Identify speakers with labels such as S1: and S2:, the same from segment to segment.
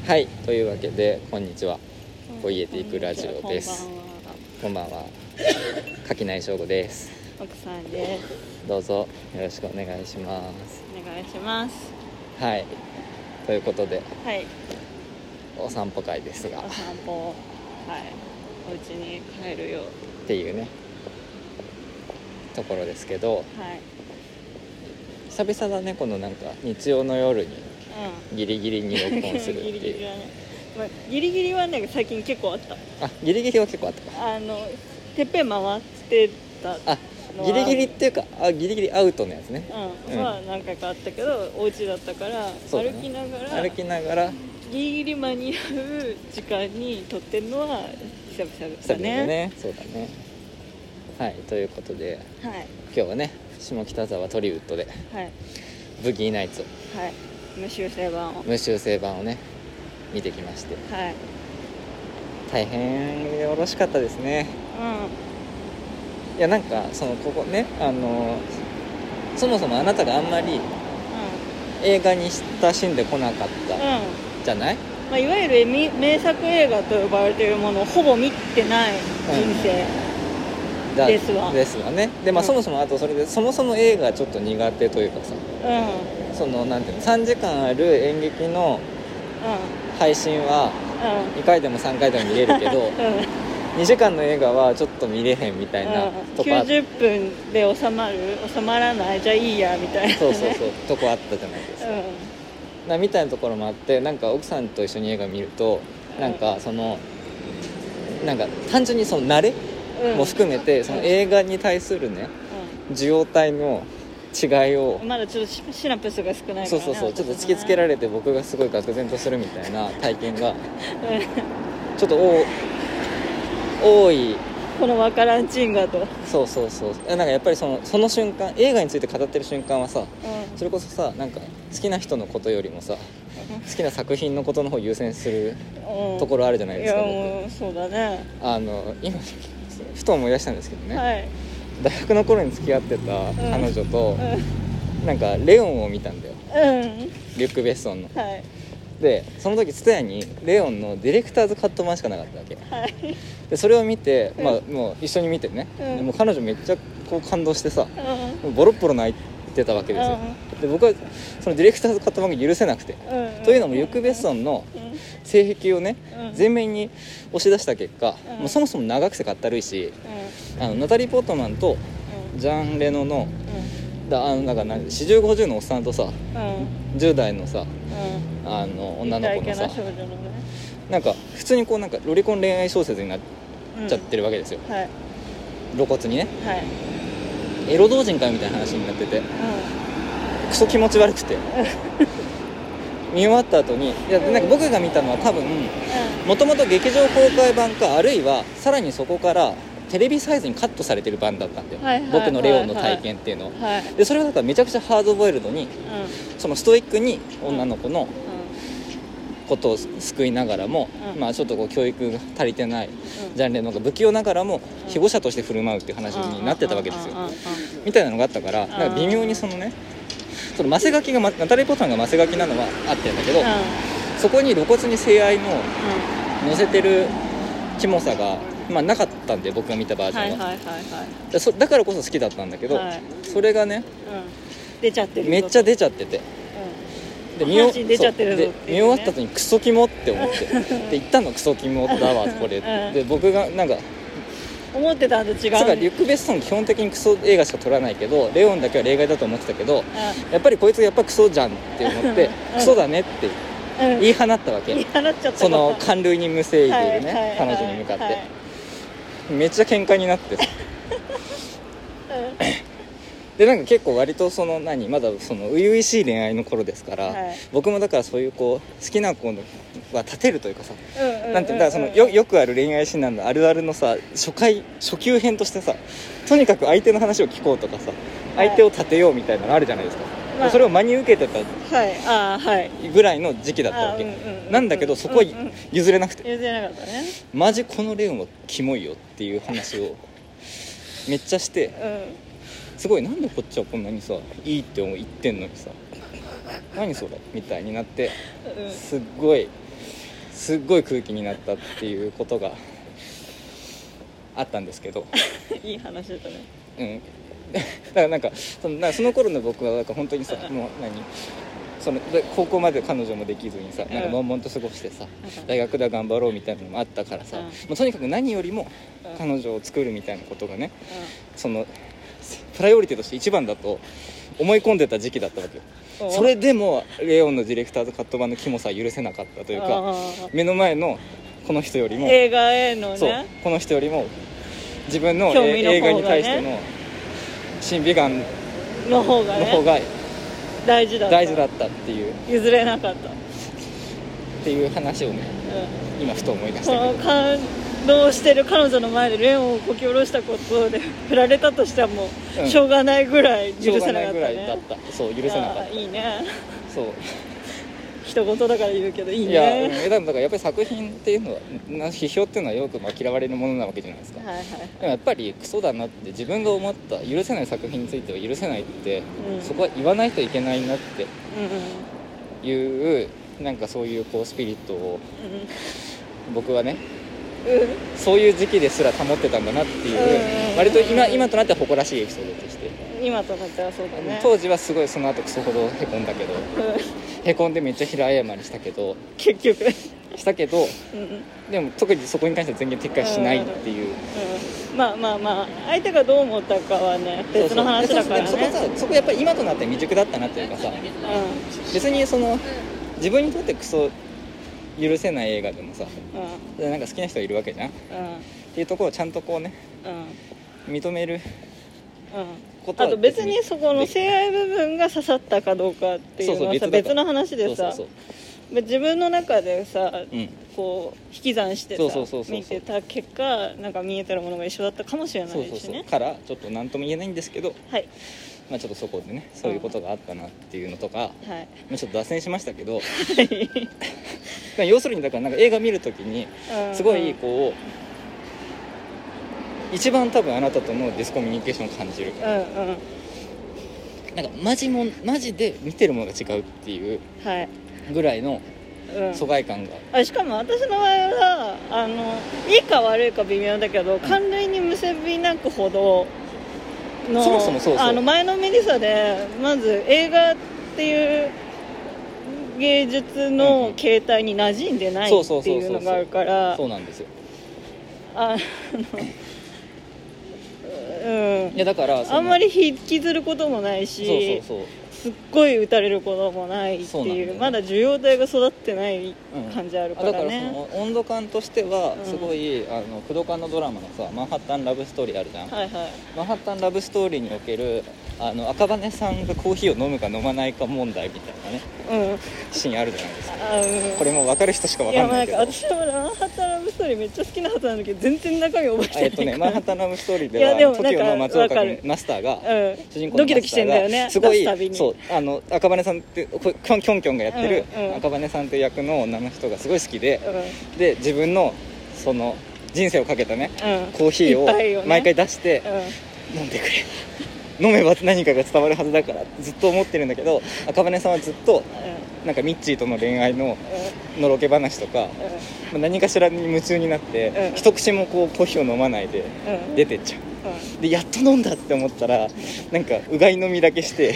S1: はい、というわけでこんにちは。こいえていくラジオです。こんばんは。垣内翔吾です。
S2: 奥さんです。
S1: どうぞよろしくお願いします。
S2: お願いします。
S1: はい、ということで、
S2: はい、
S1: お散歩会ですが、
S2: お散歩、はい、お家に帰るよ
S1: っていうねところですけど、
S2: はい、
S1: 久々だね、このなんか日曜の夜にギリギリに録音するっていう
S2: ギリギリはね、ギリギリはね最近結構あった。
S1: ギリギリは結構あったか。
S2: てっぺん回ってた
S1: ギリギリっていうか、ギリギリアウトのやつね。
S2: は何回かあったけど、お家だったから、ね、歩きながらギリギリ間に合う時間に撮ってるのは久々だね。
S1: そうだね。はい、ということで、
S2: はい、
S1: 今日はね下北沢トリウッドで、はい、ブギーナイツを、はい、
S2: 無修正版を
S1: ね見てきまして、
S2: はい、
S1: 大変よろしかったですね。いや、なんかここね、そもそもあなたがあんまり映画に親しんでこなかった、じゃない？
S2: いわゆる名作映画と呼ばれているものをほぼ見てない人生、
S1: ですわね。で、そもそもあとそれでそもそも映画ちょっと苦手というかさ、なんていうの、3時間ある演劇の配信は2回でも3回でも見れるけど、2時間の映画はちょっと見れへんみたいなとこ
S2: 90分で収まらない、じゃあいいやみたいな、ね、
S1: そうとこあったじゃないですか、みたいなところもあって、なんか奥さんと一緒に映画見ると、なんかなんか単純にその慣れも含めて、その映画に対するね、受容体の違いを
S2: まだちょっとシナプスが少ないから、ね、
S1: ちょっと突きつけられて、僕がすごい愕然とするみたいな体験がちょっと多い。
S2: このわからんチンガと。
S1: なんかやっぱりその瞬間、映画について語ってる瞬間はさ、それこそさ、なんか好きな人のことよりもさ、好きな作品のことの方を優先するところあるじゃないですか。
S2: いや、そうだね。
S1: 今ふと思い出したんですけどね、
S2: はい、
S1: 大学の頃に付き合ってた彼女と、なんかレオンを見たんだよ、リュック・ベッソンの、はい、でその時TSUTAYAにレオンのディレクターズカット版しかなかったわけ、はい、でそれを見て、もう一緒に見てね、でも彼女めっちゃこう感動してさ、ボロッボロ泣いてたわけですよ、で僕はそのディレクターズカット版が許せなくて、というのもリュック・ベッソンの性癖をね、前面に押し出した結果、もうそもそも長くてかったるいし、ナタリー・ポートマンとジャン・レノの、なんか40、50のおっさんとさ、10代のさ、女の子のさ、なんか普通にこうなんかロリコン恋愛小説になっちゃってるわけですよ、露骨にね、エロ同人会みたいな話になってて、クソ気持ち悪くて見終わった後に、なんか僕が見たのは多分もともと劇場公開版か、あるいはさらにそこからテレビサイズにカットされてる版だったんだよ、僕のレオンの体験っていうのを、でそれはだからめちゃくちゃハードボイルドに、そのストイックに女の子のことを救いながらも、ちょっとこう教育が足りてないジャンルの不器用ながらも庇護者として振る舞うっていう話になってたわけですよ、みたいなのがあったから、なんか微妙にそのマセガキがナタリー・ポートマンがマセガキなのはあってんだけど、そこに露骨に性愛の乗せてるキモさがなかったんで、僕が見たバージョンは、だからこそ好きだったんだけど、それがね、
S2: 出ちゃってる、
S1: めっちゃ出ちゃってて、で見終わった後にクソキモって思ってで言ったのクソキモだわこれ、で僕がなんか
S2: 思ってたんと違う、
S1: リュック・ベッソン基本的にクソ映画しか撮らないけど、レオンだけは例外だと思ってたけど、やっぱりこいつやっぱクソじゃんって思って、クソだねって言い放ったわけ、その感類に無誠意でいるね、彼女に向かって、めっちゃ喧嘩になってでなんか結構割とまだその初々しい恋愛の頃ですから、僕もだからそういうこう好きな子は立てるというかさ、なんてだからよくある恋愛シーンなんだ、あるあるのさ、初級編としてさ、とにかく相手の話を聞こうとかさ、相手を立てようみたいなのあるじゃないですか、それを真に受けてたぐらいの時期だったわけ、なんだけどそこは譲れなくて、
S2: 譲れなかったね、
S1: マジこのレオンはキモいよっていう話をめっちゃして、すごい、なんでこっちはこんなにさいいって言ってんのにさ、何それみたいになって、すっごいすっごい空気になったっていうことがあったんですけど
S2: いい話だったね。
S1: だからなんかその頃の僕はなんか本当にさ、もう高校まで彼女もできずにさ、なんか悶々と過ごしてさ、大学では頑張ろうみたいなのもあったからさ、もうとにかく何よりも彼女を作るみたいなことがね、そのプライオリティとして一番だと思い込んでた時期だったわけよ。それでもレオンのディレクターズカット版のキモさは許せなかったというか、目の前のこの人よりも
S2: 映画へのね、
S1: そうこの人よりも自分の映画に対しての審美眼
S2: の方が大事だ
S1: ったっていう、
S2: 譲れなかったっ
S1: ていう話をね、今ふと思い出したけど、
S2: 感動してる彼女の前でレオンをこき下ろしたことで振られたとしてはもうしょうがないぐらい許せなかったね。しょうがないぐらいだった。そう許せなかった。いいね。そう人事だから言うけどいいね。いやだからやっぱり作品っていうのは批評っていうのはよく嫌われるものなわけじゃないですか、はいはい、でもやっぱりクソだなって自分が思った許せない作品については許せないって、そこは言わないといけないなっていう、なんかそういうスピリットを、僕はね、そういう時期ですら保ってたんだなっていう、割と今となっては誇らしいエピソードとして、今となってはそうだね。当時はすごいその後クソほどへこんだけど、へこんでめっちゃ平謝りしたけど、結局したけど、でも特にそこに関しては全然撤回しないっていう、まあ相手がどう思ったかはね別の話だからね。そこやっぱり今となって未熟だったなっていうかさ、別にその自分にとってクソ許せない映画でもさ、なんか好きな人がいるわけじゃん、っていうところをちゃんと認めることは、あと別にそこの性愛部分が刺さったかどうかっていうのはさ、別の話でさ、自分の中でさ、引き算してさ見てた結果、なんか見えてるものが一緒だったかもしれないしね。からちょっと何とも言えないんですけど、はい、ちょっとそこでねそういうことがあったなっていうのとか、ちょっと脱線しましたけど、要するにだからなんか映画見るときにすごい一番多分あなたとのディスコミュニケーションを感じる、なんかマジで見てるものが違うっていうぐらいの疎外感が、しかも私の場合はいいか悪いか微妙だけど、関連に結びなくほどの、そもそもそう前のめりさでまず映画っていう芸術の形態に馴染んでないっていうのがあるから、そうなんですよ。いやだからあんまり引きずることもないし、すっごい打たれることもないっていう、まだ受容体が育ってない感じあるからね、だからその温度感としてはすごい、工藤館のドラマのさマンハッタンラブストーリーあるじゃん、マンハッタンラブストーリーにおける赤羽さんがコーヒーを飲むか飲まないか問題みたいなね、シーンあるじゃないですか、これもう分かる人しか分かんないけど、私はマンハッタンラブストーリーめっちゃ好きなはずなんだけど全然中身覚えてないマンハッタンラブストーリーでは TOKIO の松岡君マスターが、主人公のマスターがドキドキしてんだよね、すごいそう赤羽さんってキョンキョンがやってる赤羽さんという役の女の人がすごい好きで、で自分のその人生をかけたね、コーヒーを毎回出して、飲んでくれ飲めば何かが伝わるはずだからずっと思ってるんだけど、赤羽さんはずっとなんかミッチーとの恋愛ののろけ話とか、何かしらに夢中になって、一口もコーヒーを飲まないで出てっちゃう、でやっと飲んだって思ったらなんかうがい飲みだけして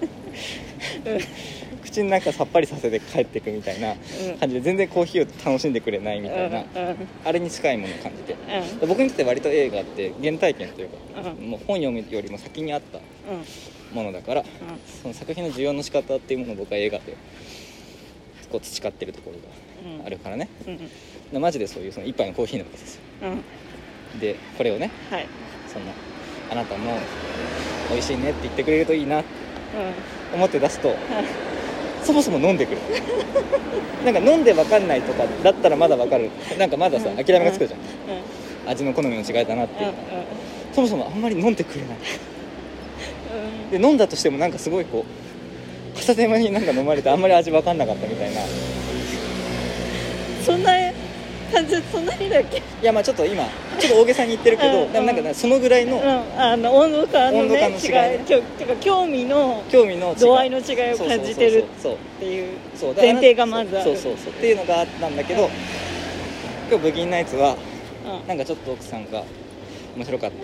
S2: 口の中さっぱりさせて帰っていくみたいな感じで、全然コーヒーを楽しんでくれないみたいな、あれに近いものを感じて、僕にとって割と映画って原体験というか、もう本読むよりも先にあったものだから、その作品の需要の仕方っていうものを僕は映画で培ってるところがあるからね、マジでそういうその一杯のコーヒーなわけですよ、でこれをね、そのあなたも美味しいねって言ってくれるといいなって思って出すと、そもそも飲んでくるなんか飲んで分かんないとかだったらまだ分かる、なんかまださ諦めがつくじゃん、味の好みの違いだなって、そもそもあんまり飲んでくれないで、飲んだとしてもなんかすごい片手間になんか飲まれてあんまり味分かんなかったみたいな、そんなそんなにだっけ。
S1: いやまあちょっと今ちょっと大げさに言ってるけど、でもなんかそのぐらいの、
S2: 温度感の、ね、違いていうか興味の度合いの違いを感じてるっていう前提がまずある。
S1: そうっていうのがあったんだけど、今日ブギンナイツはなんかちょっと奥さんが面白かったって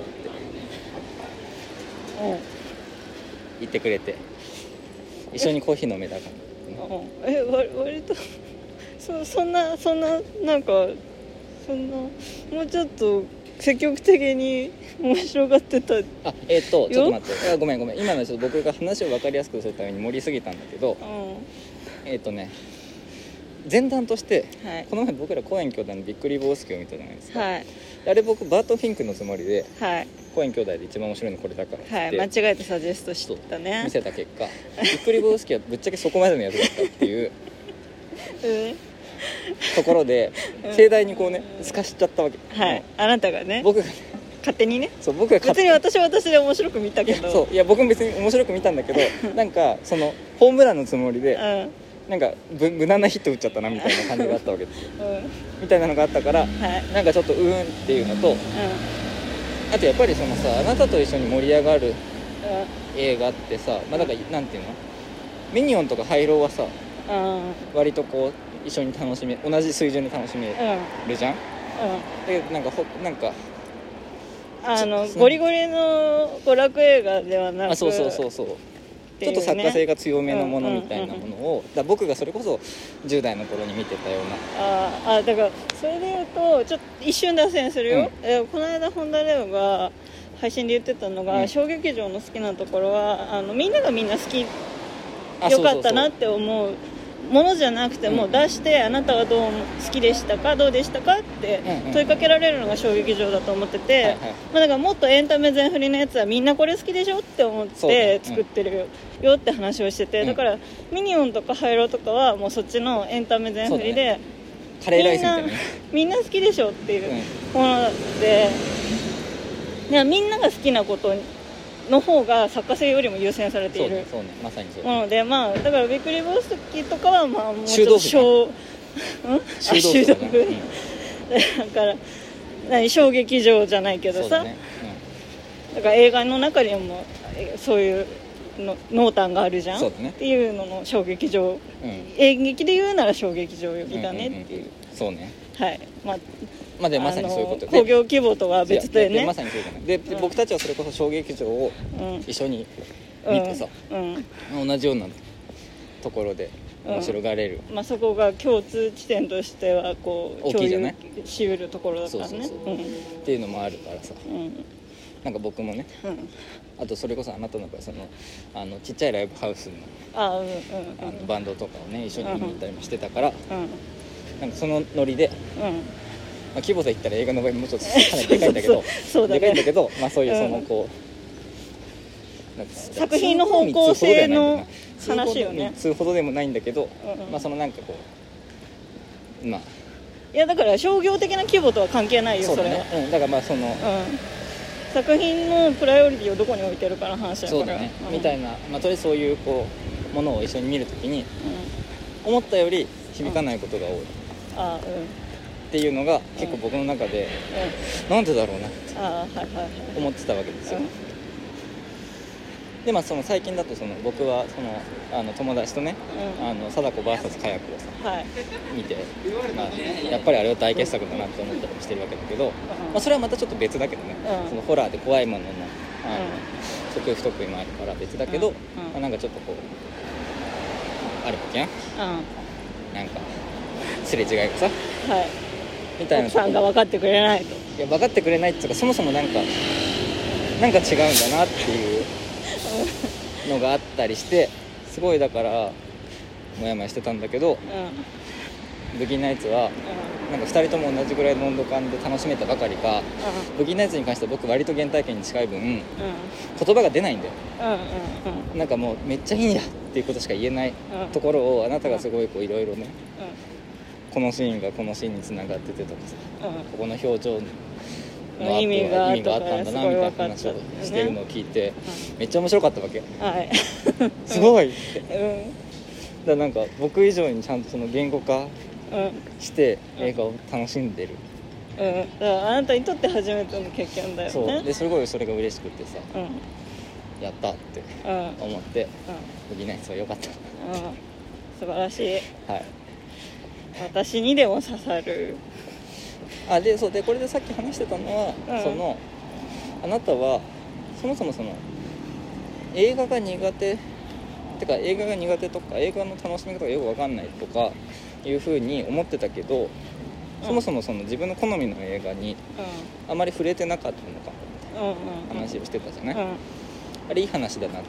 S1: 言ってくれて、一緒にコーヒー飲めたから。
S2: 割とそんななんかそんなもうちょっと積極的に面白がってた。
S1: ちょっと待って、ごめん今のはちょっと僕が話を分かりやすくするために盛りすぎたんだけど、前段として、はい、この前僕らコエン兄弟のビックリボースキーを見たじゃないですか、はい、あれ僕バート・フィンクのつもりで、はい、コエン兄弟で一番面白いのこれだからって、
S2: はい、間違えてサジェストしたね、
S1: 見せた結果ビックリボースキーはぶっちゃけそこまでのやつだったっていうところで盛大にこうね透かしちゃったわけ、
S2: はい、あなたがね、
S1: 僕がね
S2: 勝手にね、
S1: そう僕が
S2: 別に私は私で面白く見たけど、
S1: いや僕も別に面白く見たんだけどなんかそのホームランのつもりで、なんか無難なヒット打っちゃったなみたいな感じがあったわけですよ、みたいなのがあったから、はい、なんかちょっとっていうのと、あとやっぱりそのさ、あなたと一緒に盛り上がる映画ってさ、まあ、だからなんていうの、ミニオンとかハイローはさ、割とこう一緒に楽しめ、同じ水準で楽しめるじゃん、だけどなんか
S2: ゴリゴリの娯楽映画ではなく、
S1: そうちょっと作家性が強めのものみたいなものを、だ僕がそれこそ10代の頃に見てたよう
S2: な。だからそれで言うとちょっと一瞬脱線するよ、この間本田レオが配信で言ってたのが、小劇場の好きなところはみんながみんな好き、よかったなって思うものじゃなくても、出してあなたはどう好きでしたか、どうでしたかって問いかけられるのが小劇場だと思ってて、だからもっとエンタメ全振りのやつはみんなこれ好きでしょって思って作ってるよって話をしてて、だからミニオンとかハイローとかはもうそっちのエンタメ全振りで、
S1: カレーライスみたいな
S2: みんな好きでしょっていうもので、みんなが好きなことの方が作家性よりも優先されている
S1: まさにそう
S2: もので、まあだからビックリボースキとかはまあもう
S1: ちょっと修
S2: 道具だから小劇場じゃないけどさ、だから映画の中にもそういう濃淡があるじゃん、っていうのの小劇場、演劇で言うなら小劇場呼びだねっていう、
S1: そうね、
S2: はい、
S1: まあでまさにそういうことで、
S2: 興行規模とは別でね、
S1: まさにそうじゃないで、僕たちはそれこそ小劇場を一緒に見てさ、同じようなところで面白がれる、
S2: そこが共通地点としてはこう共有しうるところだからね、
S1: っていうのもあるからさ、なんか僕もね、あとそれこそあなたのそのちっちゃいライブハウスのバンドとかをね一緒に見に行ったりもしてたから、なんかそのノリで、規模で言ったら映画の場合もちょっとかなりでかいんだけどでかいんだけど、そういうそのこ
S2: う作品の方向性の話よね、
S1: 通ほどでもないんだけど、そのなんかこうい
S2: やだから商業的な規模とは関係ないよ、それは。
S1: だからその
S2: 作品のプライオリティをどこに置いてるかの話だから、
S1: そうだね、みたいな、とりあえずそういうこうものを一緒に見るときに、思ったより響かないことが多い、っていうのが結構僕の中で、なんでだろうなって思ってたわけですよ。でその最近だと僕は友達とね、貞子 VS カヤクをさ、見て、やっぱりあれは大傑作だなって思ったりもしてるわけだけど、それはまたちょっと別だけどね、そのホラーで怖いものの得意不得意もあるから別だけど、なんかちょっとこうあるわけやん、なんかすれ違いがさ、みたいな、
S2: 奥さんが分かってくれないと。
S1: いや分かってくれないっていうか、そもそもなんか違うんだなっていうのがあったりして、すごいだからモヤモヤしてたんだけど、ブギーナイツはなんか2人とも同じぐらいの温度感で楽しめたばかりか、ブギーナイツに関しては僕割と原体験に近い分、言葉が出ないんだよ、なんかもうめっちゃいいんやっていうことしか言えないところを、あなたがすごいこういろいろね、このシーンがこのシーンにつながっててとかさ、ここの表情の意味があったんだなみたいな話をしてるのを聞いて、めっちゃ面白かったわけ、すごいって、だからなんか僕以上にちゃんとその言語化して映画を楽しんでる、
S2: だからあなたにとって初めての経験だよね。
S1: そうですごいそれが嬉しくてさ、やったって思って、ブギーナイツは良かった、
S2: 素晴らしい。
S1: はい、
S2: 私にでも刺さる。
S1: そうでこれでさっき話してたのは、そのあなたはそもそもその映画が苦手てか映画が苦手とか映画の楽しみ方がよく分かんないとかいうふうに思ってたけど、そもそもその自分の好みの映画にあまり触れてなかったのかみたいな話をしてたじゃない、あれいい話だなと思って、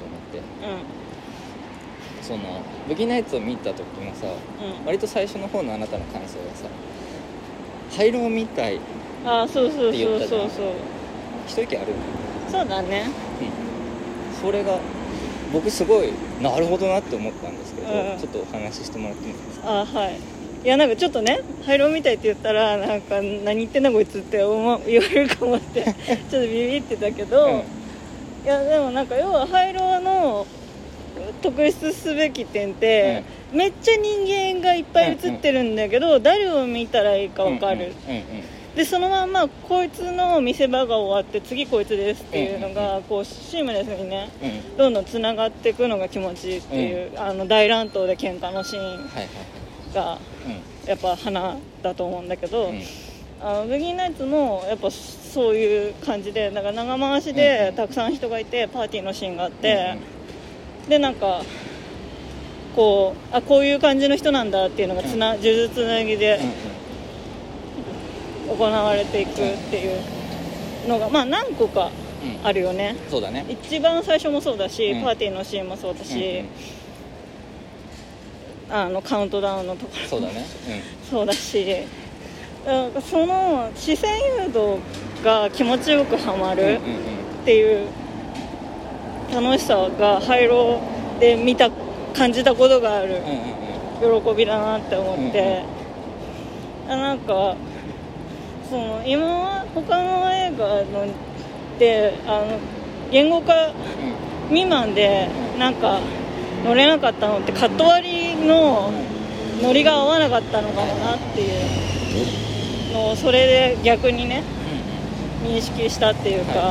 S1: そのブギーナイツを見た時もさ、割と最初の方のあなたの感想がさ、廃炉みたいって言ったじゃん。一息ある。
S2: そうだね、
S1: それが僕すごいなるほどなって思ったんですけど、ちょっとお話ししてもらってもいいですか。
S2: はい。いやなんかちょっとね、廃炉みたいって言ったらなんか何言ってんだこいつって言われるかもってちょっとビビってたけど、いやでもなんか要は廃炉の特筆すべき点って、めっちゃ人間がいっぱい映ってるんだけど、誰を見たらいいか分かる、でそのままこいつの見せ場が終わって次こいつですっていうのがこうシームレスにね、どんどんつながっていくのが気持ちいいっていう、大乱闘で喧嘩のシーンがやっぱ花だと思うんだけど、ブギーナイツもやっぱそういう感じで、なんか長回しでたくさん人がいてパーティーのシーンがあって、でなんかこういう感じの人なんだっていうのが呪術つなぎで行われていくっていうのが何個かあるよね、
S1: そうだね。
S2: 一番最初もそうだし、パーティーのシーンもそうだし、カウントダウンのところ
S1: そうだね、
S2: そうだし、その視線誘導が気持ちよくハマるっていう楽しさが廃炉で感じたことがある喜びだなって思って、なんかその今は他の映画ので言語化未満でなんか乗れなかったのってカット割りのノリが合わなかったのかもなっていうのをそれで逆にね認識したっていうか、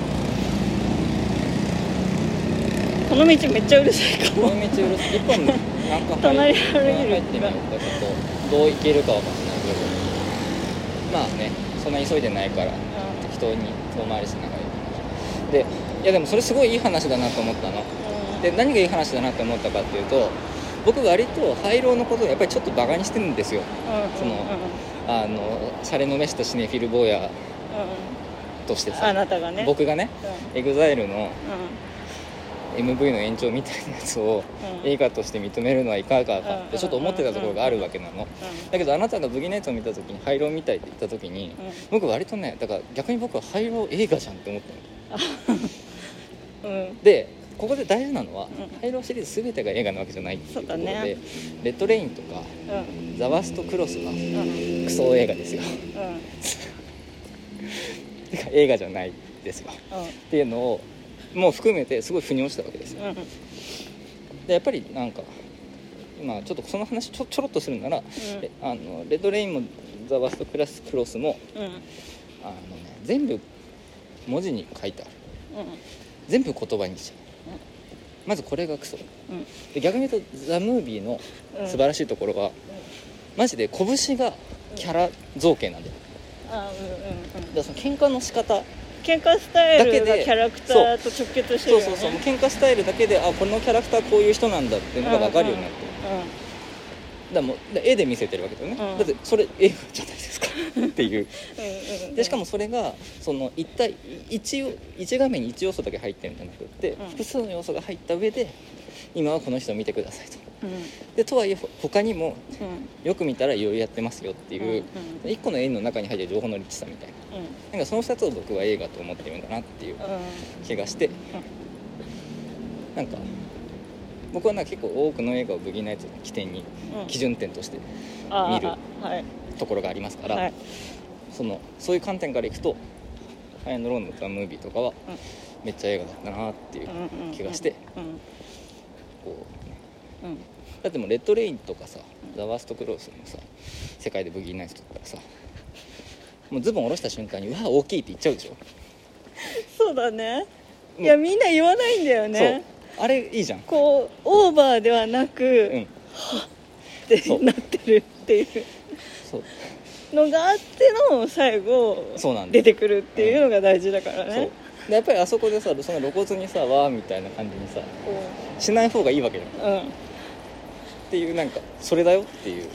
S2: この道めっちゃうるさいかも。
S1: この道うるさい。一本なんか
S2: 隣歩いてる
S1: 入ってみようか。ちょっとどういけるかわかんないけど、まあね、そんな急いでないから適当に遠回りしながら行きましょう。で、いやでもそれすごいいい話だなと思ったの。で、何がいい話だなと思ったかっていうと、僕割と廃炉のことをやっぱりちょっとバカにしてるんですよ。そのシャレのめしたシネフィル坊やとしてさ、
S2: あなたがね、
S1: 僕がね、EXILE のMV の延長みたいなやつを映画として認めるのはいかがかってちょっと思ってたところがあるわけなの。だけどあなたがブギーナイツを見た時に廃炉みたいって言った時に、僕割とね、だから逆に僕は廃炉映画じゃんって思ったの。でここで大事なのは、廃炉シリーズ全てが映画なわけじゃないっていうところで、レッドレインとか、ザワストクロスはクソ映画ですよ、てか映画じゃないですよ、っていうのをもう含めてすごい腑に落ちたわけですよ、でやっぱりなんか今ちょっとその話ちょろっとするなら、レッドレインもザワストクロスも、全部文字に書いてある、全部言葉にしちゃう、まずこれがクソ、で逆に言うとザ・ムービーの素晴らしいところは、マジで拳がキャラ造形なんだよ。だからその喧嘩の仕方、
S2: 喧嘩スタイルがキャラクターと直結してるよね。
S1: そう喧嘩スタイルだけでこのキャラクターこういう人なんだっていうのが分かるようになってる、だからもう絵で見せてるわけだよね、だってそれ映画じゃないですかっていうでしかもそれがその1画面に1要素だけ入ってるんじゃなくて、複数の要素が入った上で今はこの人を見てくださいと、でとはいえ他にもよく見たらいろいろやってますよっていう、1個の絵の中に入ってる情報のリッチさみたいな、なんかその2つを僕は映画と思ってるんだなっていう気がして、なんか僕はなんか結構多くの映画をブギーナイツの起点に、基準点として見るところがありますから、そういう観点からいくとハイ&ローのザ・ムービーとかはめっちゃ映画だったなっていう気がして、こうだってもうレッドレインとかさ、ザワーストクロースのさ世界でブギーナイツとかさ、もうズボン下ろした瞬間にうわ大きいって言っちゃうでしょ。
S2: そうだね。いやみんな言わないんだよね。
S1: そうあれいいじゃん。
S2: こうオーバーではなく、はっってなってるっていうのがあっての最後出てくるっていうのが大事だからね。そう
S1: でやっぱりあそこでさ、その露骨にさわーみたいな感じにさ、しない方がいいわけよ、っていうなんかそれだよっていう、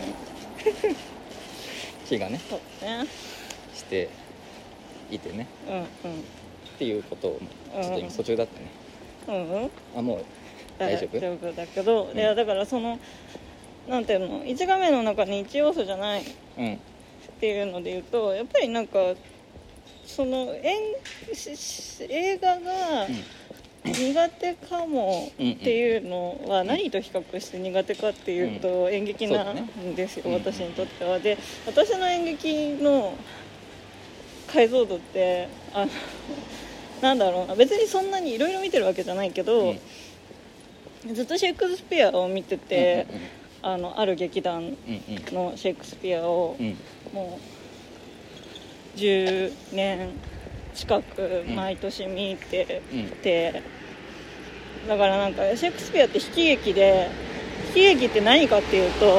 S1: 気がねしていてね、っていうことをちょっと今途中だったね。あもう大丈夫
S2: だけど、いやだからそのなんていうの、1画面の中に1要素じゃないっていうので言うと、やっぱりなんかその映画が苦手かもっていうのは何と比較して苦手かっていうと演劇なんですよ、私にとっては。で私の演劇の解像度ってなんだろうな、別にそんなにいろいろ見てるわけじゃないけど、ずっとシェイクスピアを見てて、ある劇団のシェイクスピアをもう10年近く毎年見てて、だからなんかシェイクスピアって悲喜劇で、悲喜劇って何かっていうと、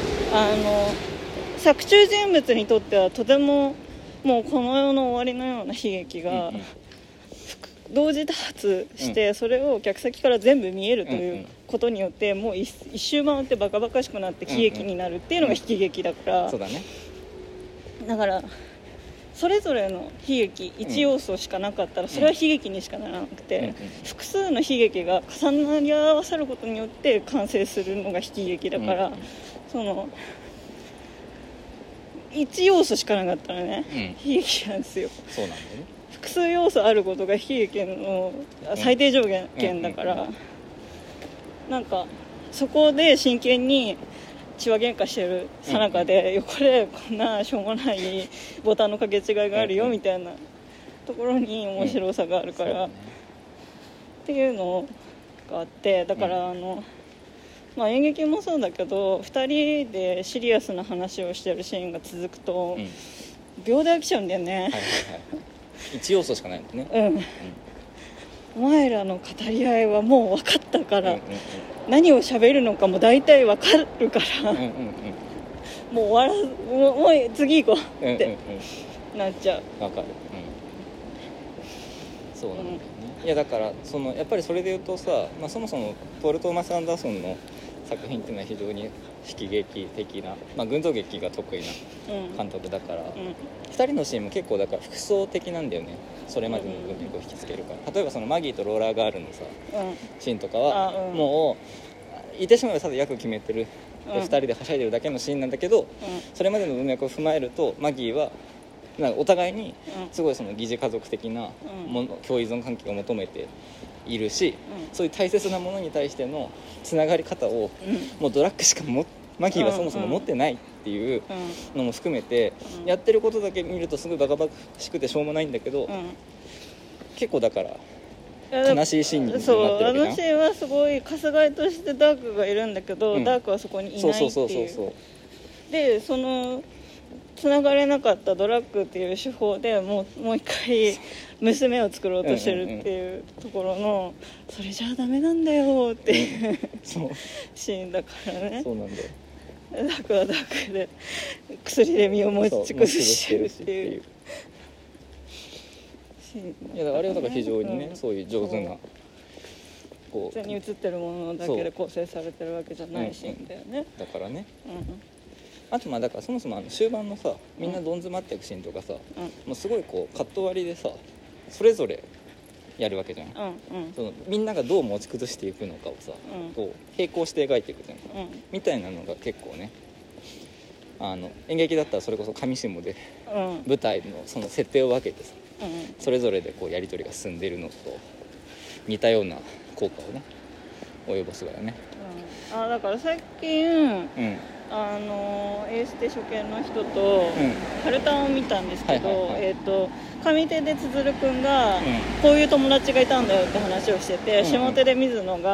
S2: 作中人物にとってはとてももうこの世の終わりのような悲劇が同時多発して、それを客先から全部見えるということによって、もう一周回ってバカバカしくなって悲劇になるっていうのが悲劇だから、
S1: そうだね。
S2: だからそれぞれの悲劇1要素しかなかったらそれは悲劇にしかならなくて、複数の悲劇が重なり合わさることによって完成するのが悲劇だから、その1要素しかなかったらね、悲劇なんですよ。
S1: そうなんだよね。
S2: 複数要素あることが悲劇の最低条件だから、なんかそこで真剣に血は喧嘩してるさなかで、これこんなしょうもないボタンの掛け違いがあるよみたいなところに面白さがあるから、っていうのがあって、だから演劇もそうだけど2人でシリアスな話をしてるシーンが続くと、秒で飽きちゃうんだよね。
S1: 1要素しかないのね。
S2: お前らの語り合いはもう分かったから、何を喋るのかも大体分かるから、もう終わらもう次行こうってなっちゃう。
S1: 分かる。そうなんだよね。いやだからやっぱりそれで言うとさ、そもそもポール・トーマス・アンダーソンの作品っていうのは非常に悲劇的な、群像劇が得意な監督だから、2人のシーンも結構だから複層的なんだよね。それまでの文脈を引きつけるから、例えばそのマギーとローラーガールのさ、シーンとかはもう言ってしまえばただ役決めてる、2人ではしゃいでるだけのシーンなんだけど、それまでの文脈を踏まえるとマギーはなんかお互いにすごいその疑似家族的な共依存関係を求めているし、そういう大切なものに対してのつながり方をもうドラッグしかマギーはそもそも持ってないっていうのも含めて、やってることだけ見るとすごいバカバカしくてしょうもないんだけど、結構だから悲しいシーンになってるわけじゃん。
S2: 私はすごいかすがいとしてダークがいるんだけど、ダークはそこにいないっていう。でそのつながれなかったドラッグっていう手法でもう一回娘を作ろうとしてるっていうところの、それじゃダメなんだよっていうシーンだからね。
S1: そうなんだよ。
S2: ダークはダークで薬で身を持ち崩してるっていう。
S1: いやあれはだから非常にね、そういう上手な
S2: 普通に映ってるものだけで構成されてるわけじゃないシーンだよね。
S1: だからね、あとだからそもそも終盤のさ、みんなどん詰まっていくシーンとかさ、もうすごいこうカット割りでさそれぞれやるわけじゃん。そのみんながどう持ち崩していくのかをさ、こう並行して描いていくじゃん、みたいなのが結構ね、演劇だったらそれこそ上下で舞台のその設定を分けてさ、それぞれでこうやり取りが進んでいるのと似たような効果をね及ぼすからね。
S2: だから最近、エーステ初見の人と春タンを見たんですけど、上手でつづるくんがこういう友達がいたんだよって話をしてて、下手で水野が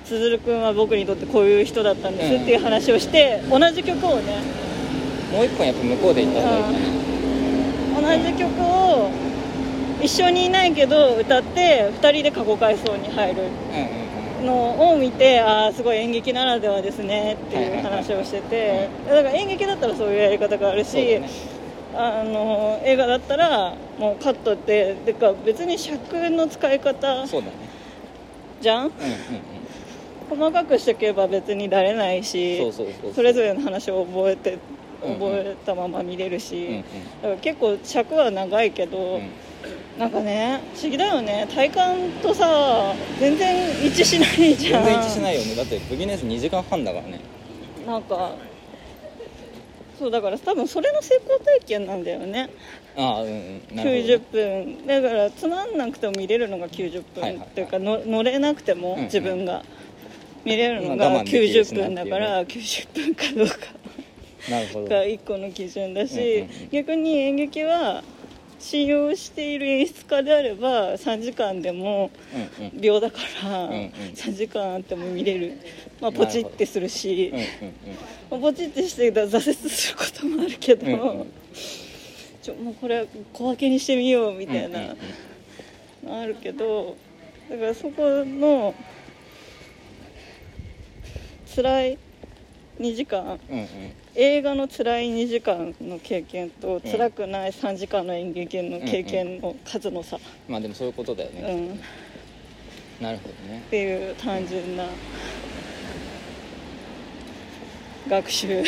S2: つづるくんは僕にとってこういう人だったんですっていう話をして、同じ曲をね、
S1: もう一本やっぱ向こうで行った方がいいか
S2: な、同じ曲を一緒にいないけど歌って2人で過去回想に入るのを見て、ああすごい演劇ならではですねっていう話をしてて、だから演劇だったらそういうやり方があるし、映画だったらもうカットってでか別に尺の使い方じゃん、細かくしておけば別にだれないし、それぞれの話を覚えたまま見れるし、だから結構尺は長いけど、なんかね不思議だよね、体感とさ全然一致しないじゃん。
S1: 全然一致しないよね。だってブギネス2時間半だからね。
S2: なんかそうだから多分それの成功体験なんだよね。
S1: ああ、なるほど。
S2: 90分だからつまんなくても見れるのが90分っていうか、乗れなくても自分が見れるのが90分だから90分かどうか
S1: なるほど
S2: が1個の基準だし、逆に演劇は信用している演出家であれば3時間でも秒だから3時間あっても見れる、ポチってするし、ポチってして挫折することもあるけど、もうこれ小分けにしてみようみたいなのあるけど、だからそこの辛い2時間、映画の辛い2時間の経験と辛くない3時間の演劇の経験の数の差、
S1: まあでもそういうことだよね、なるほどね
S2: っていう単純な学習ね、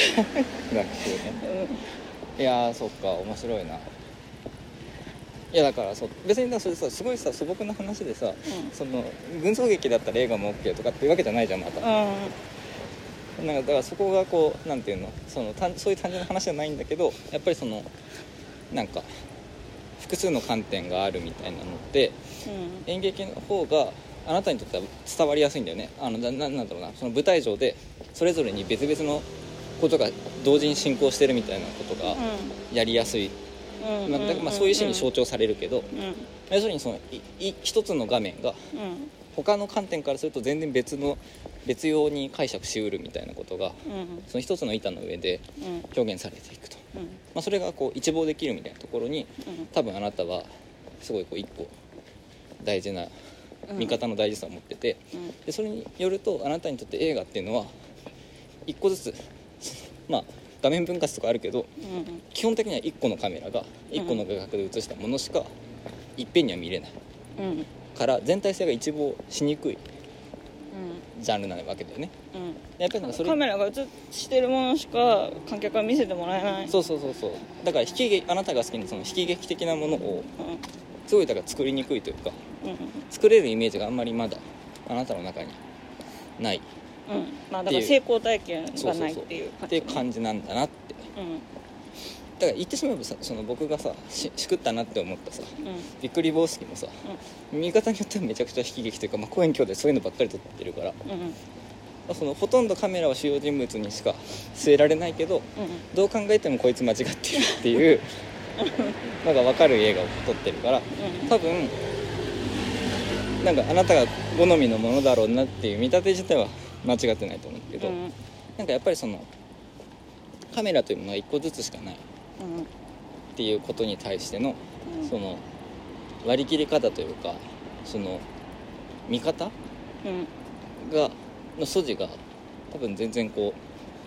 S1: いやーそっか面白いな。いやだから別にそれさすごいさ素朴な話でさ、その群像劇だったら映画も OK とかっていうわけじゃないじゃんまた、なんかだからそこがこうなんていうのそういう単純な話じゃないんだけど、やっぱりそのなんか複数の観点があるみたいなのって、演劇の方があなたにとっては伝わりやすいんだよね。なんだろうな、その舞台上でそれぞれに別々のことが同時に進行してるみたいなことがやりやすい、そういうシーンに象徴されるけど、要するにその一つの画面が他の観点からすると全然別様に解釈しうるみたいなことが、その一つの板の上で表現されていくと、それがこう一望できるみたいなところに、多分あなたはすごいこう一個大事な見方の大事さを持ってて、でそれによるとあなたにとって映画っていうのは一個ずつ画面分割とかあるけど、基本的には1個のカメラが1個の画角で映したものしかいっぺんには見れない、から全体性が一望しにくいジャンルなわけだよね、やっぱりなんかそれ
S2: カメラが映してるものしか観客は見せてもらえない。
S1: そうだからあなたが好きなその引き劇的なものをすごいだから作りにくいというか、作れるイメージがあんまりまだあなたの中にない、
S2: だから成功体験がないっていう
S1: っていう感じなんだなって、だから言ってしまえばさ、その僕がさしくったなって思ったさ、びっくり坊主もさ、見方によってはめちゃくちゃ引き劇というか、公演鏡でそういうのばっかり撮ってるから、そのほとんどカメラは主要人物にしか据えられないけど、どう考えてもこいつ間違ってるっていうのが分かる映画を撮ってるから、多分なんかあなたが好みのものだろうなっていう見立て自体は間違ってないと思うけど、なんかやっぱりそのカメラというものが1個ずつしかないっていうことに対しての、その割り切り方というか、その見方がの素地が多分全然こ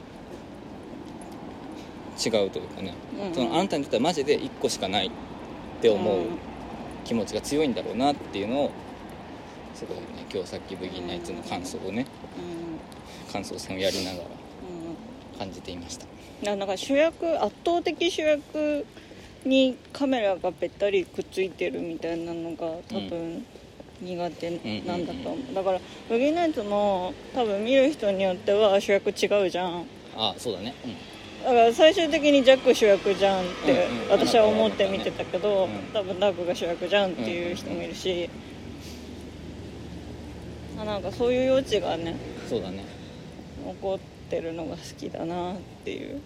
S1: う違うというかね、そのあなたにとってはマジで1個しかないって思う気持ちが強いんだろうなっていうのをすごいね、今日さっきブギーナイツの感想をね、感想戦をやりながら感じていました。
S2: なんか圧倒的主役にカメラがべったりくっついてるみたいなのが多分苦手なんだと思う。だからブギーナイツも多分見る人によっては主役違うじゃん。
S1: そうだね、
S2: だから最終的にジャック主役じゃんって私は思って見てたけど、多分ダークが主役じゃんっていう人もいるし、なんかそういう余地がね、
S1: そうだね、
S2: 残ってるのが好きだなっていう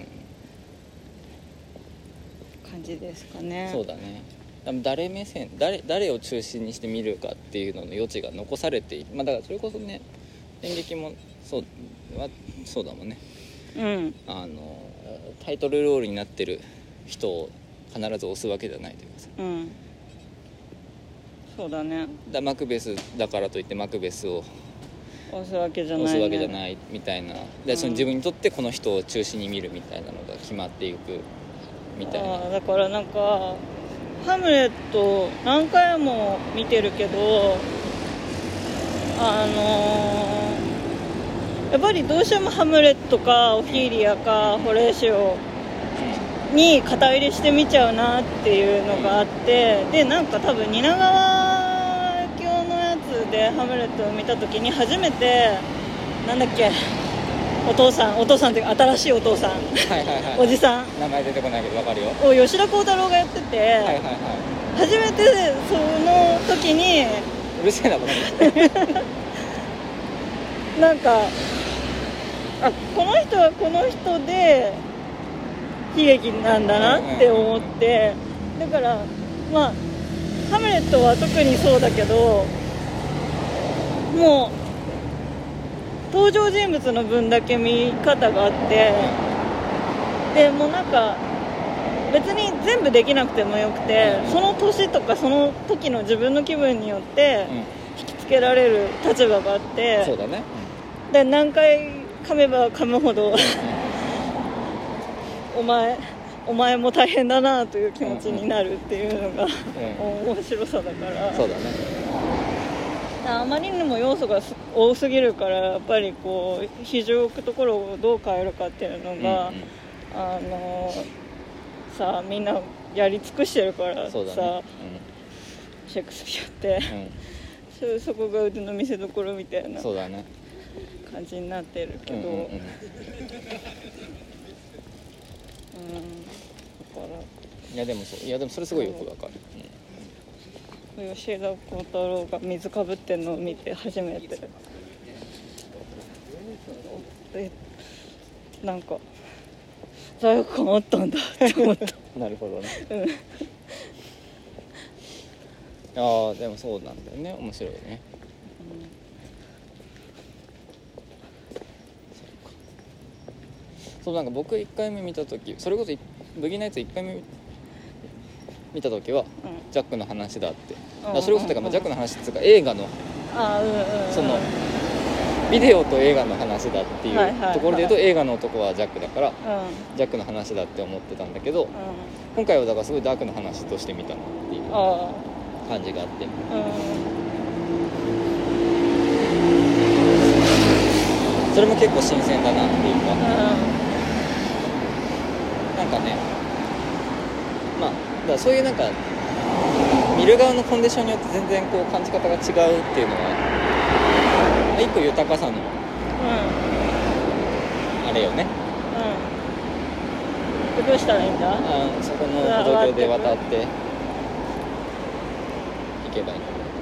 S2: 感じですかね。
S1: そうだね。誰目線、誰を中心にして見るかっていうのの余地が残されている。だからそれこそね、 演劇もそうだもんね。
S2: うん、
S1: タイトルロールになってる人を必ず押すわけじゃないというかさ、
S2: うん、そうだね。
S1: マクベスだからといってマクベスを
S2: 押すわけじゃ
S1: ないみたいなで、その自分にとってこの人を中心に見るみたいなのが決まっていくみたいな。
S2: だからなんかハムレット何回も見てるけどやっぱりどうしてもハムレットかオフィリアかホレーシオに肩入れして見ちゃうなっていうのがあって、でなんか多分蜷川教のやつでハムレットを見た時に初めてなんだっけお父さんっていうか新しいお父さん、おじさん
S1: 名前出てこないけど分かるよ。
S2: を吉田鋼太郎がやってて、初めてその時に
S1: うるせえなこの
S2: なんかこの人はこの人で悲劇なんだなって思って、だからまあハムレットは特にそうだけど、もう登場人物の分だけ見方があって、でもうなんか別に全部できなくてもよくて、その年とかその時の自分の気分によって引きつけられる立場があって、
S1: そうだね、
S2: で何回噛めば噛むほどお前も大変だなという気持ちになるっていうのが、面白さだから。
S1: そうだね。
S2: あまりにも要素が多すぎるから、やっぱりこう比重を置くところをどう変えるかっていうのが、さあみんなやり尽くしてるからさ、シェイクスピアって、そこが腕の見せ所みたいな感じになってるけど、だから
S1: いやでもそれすごいよくわかる。
S2: 吉田鋼太郎が水かぶってんのを見て初めてなんか罪悪感あったんだって思った
S1: なるほどね、でもそうなんだよね、面白いね、そうなんか僕1回目見た時、それこそブギーナイツ1回目見た時は、ジャックの話だって、それこそジャックの話っていうか映画の、そのビデオと映画の話だっていうところで言うと、映画の男はジャックだから、ジャックの話だって思ってたんだけど、今回はだからすごいダークの話として見たなっていう感じがあって、それも結構新鮮だなっていうか、なんかね、まあだからそういうなんか見る側のコンディションによって全然こう感じ方が違うっていうのは一個豊かさの、あれよね。
S2: どうしたらいいんだ？
S1: そこの歩道橋で渡って行けばいい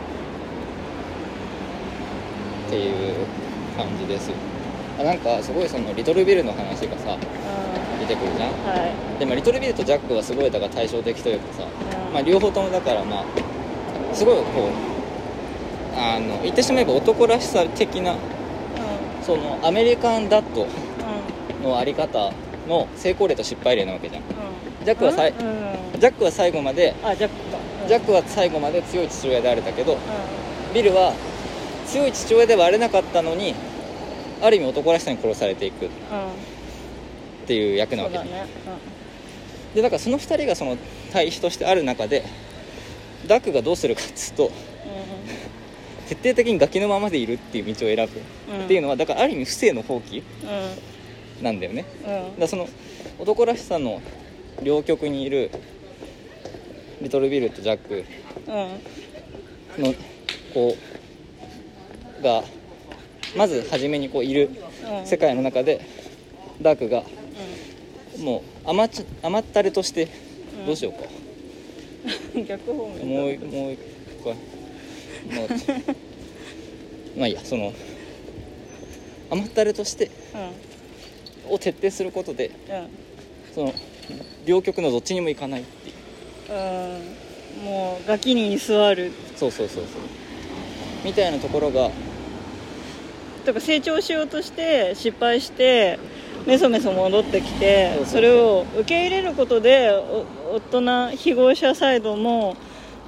S1: っていう感じですよ。なんかすごいそのリトルビルの話がさ出てくるじゃん、でリトルビルとジャックはすごいだから対照的というかさ、両方ともだからすごいこう言ってしまえば男らしさ的な、そのアメリカンダッドのあり方の成功例と失敗例なわけじゃん、ジャックは最後までジャックは最後まで強い父親であれたけど、ビルは強い父親ではあれなかったのにある意味男らしさに殺されていくっていう役なわけじゃん、でだからその2人がその対比としてある中でダックがどうするかっつうと、徹底的にガキのままでいるっていう道を選ぶっていうのはだからある意味不正の放棄なんだよね、だからその男らしさの両極にいるリトルビルとジャックのこうがまず初めにこういる世界の中で、ダークがもう甘ったれとしてどうしようか、
S2: 逆方面
S1: もう一回まあいいや、その甘ったれとして、を徹底することで、その両極のどっちにも行かないっていう、
S2: もうガキに居座る、
S1: そうみたいなところが
S2: とか成長しようとして失敗してメソメソ戻ってきて、それを受け入れることで大人非合者サイドも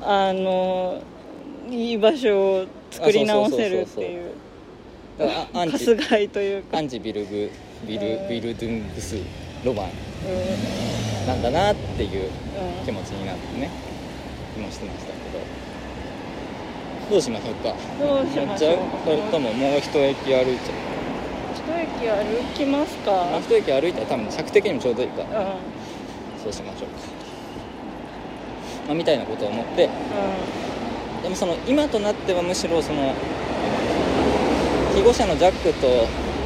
S2: いい場所を作り直せるっていうかすがいというか
S1: アンチビルドゥングスロマンなんだなっていう気持ちになってね、今してましたけど、どうしましょうか。
S2: どうしましょう。
S1: それとももう一駅歩いちゃう。
S2: 一駅歩きますか。
S1: 一駅歩いたら多分尺的にもちょうどいいから、そうしましょうか、みたいなことを思って、でもその今となってはむしろその庇護者のジャックと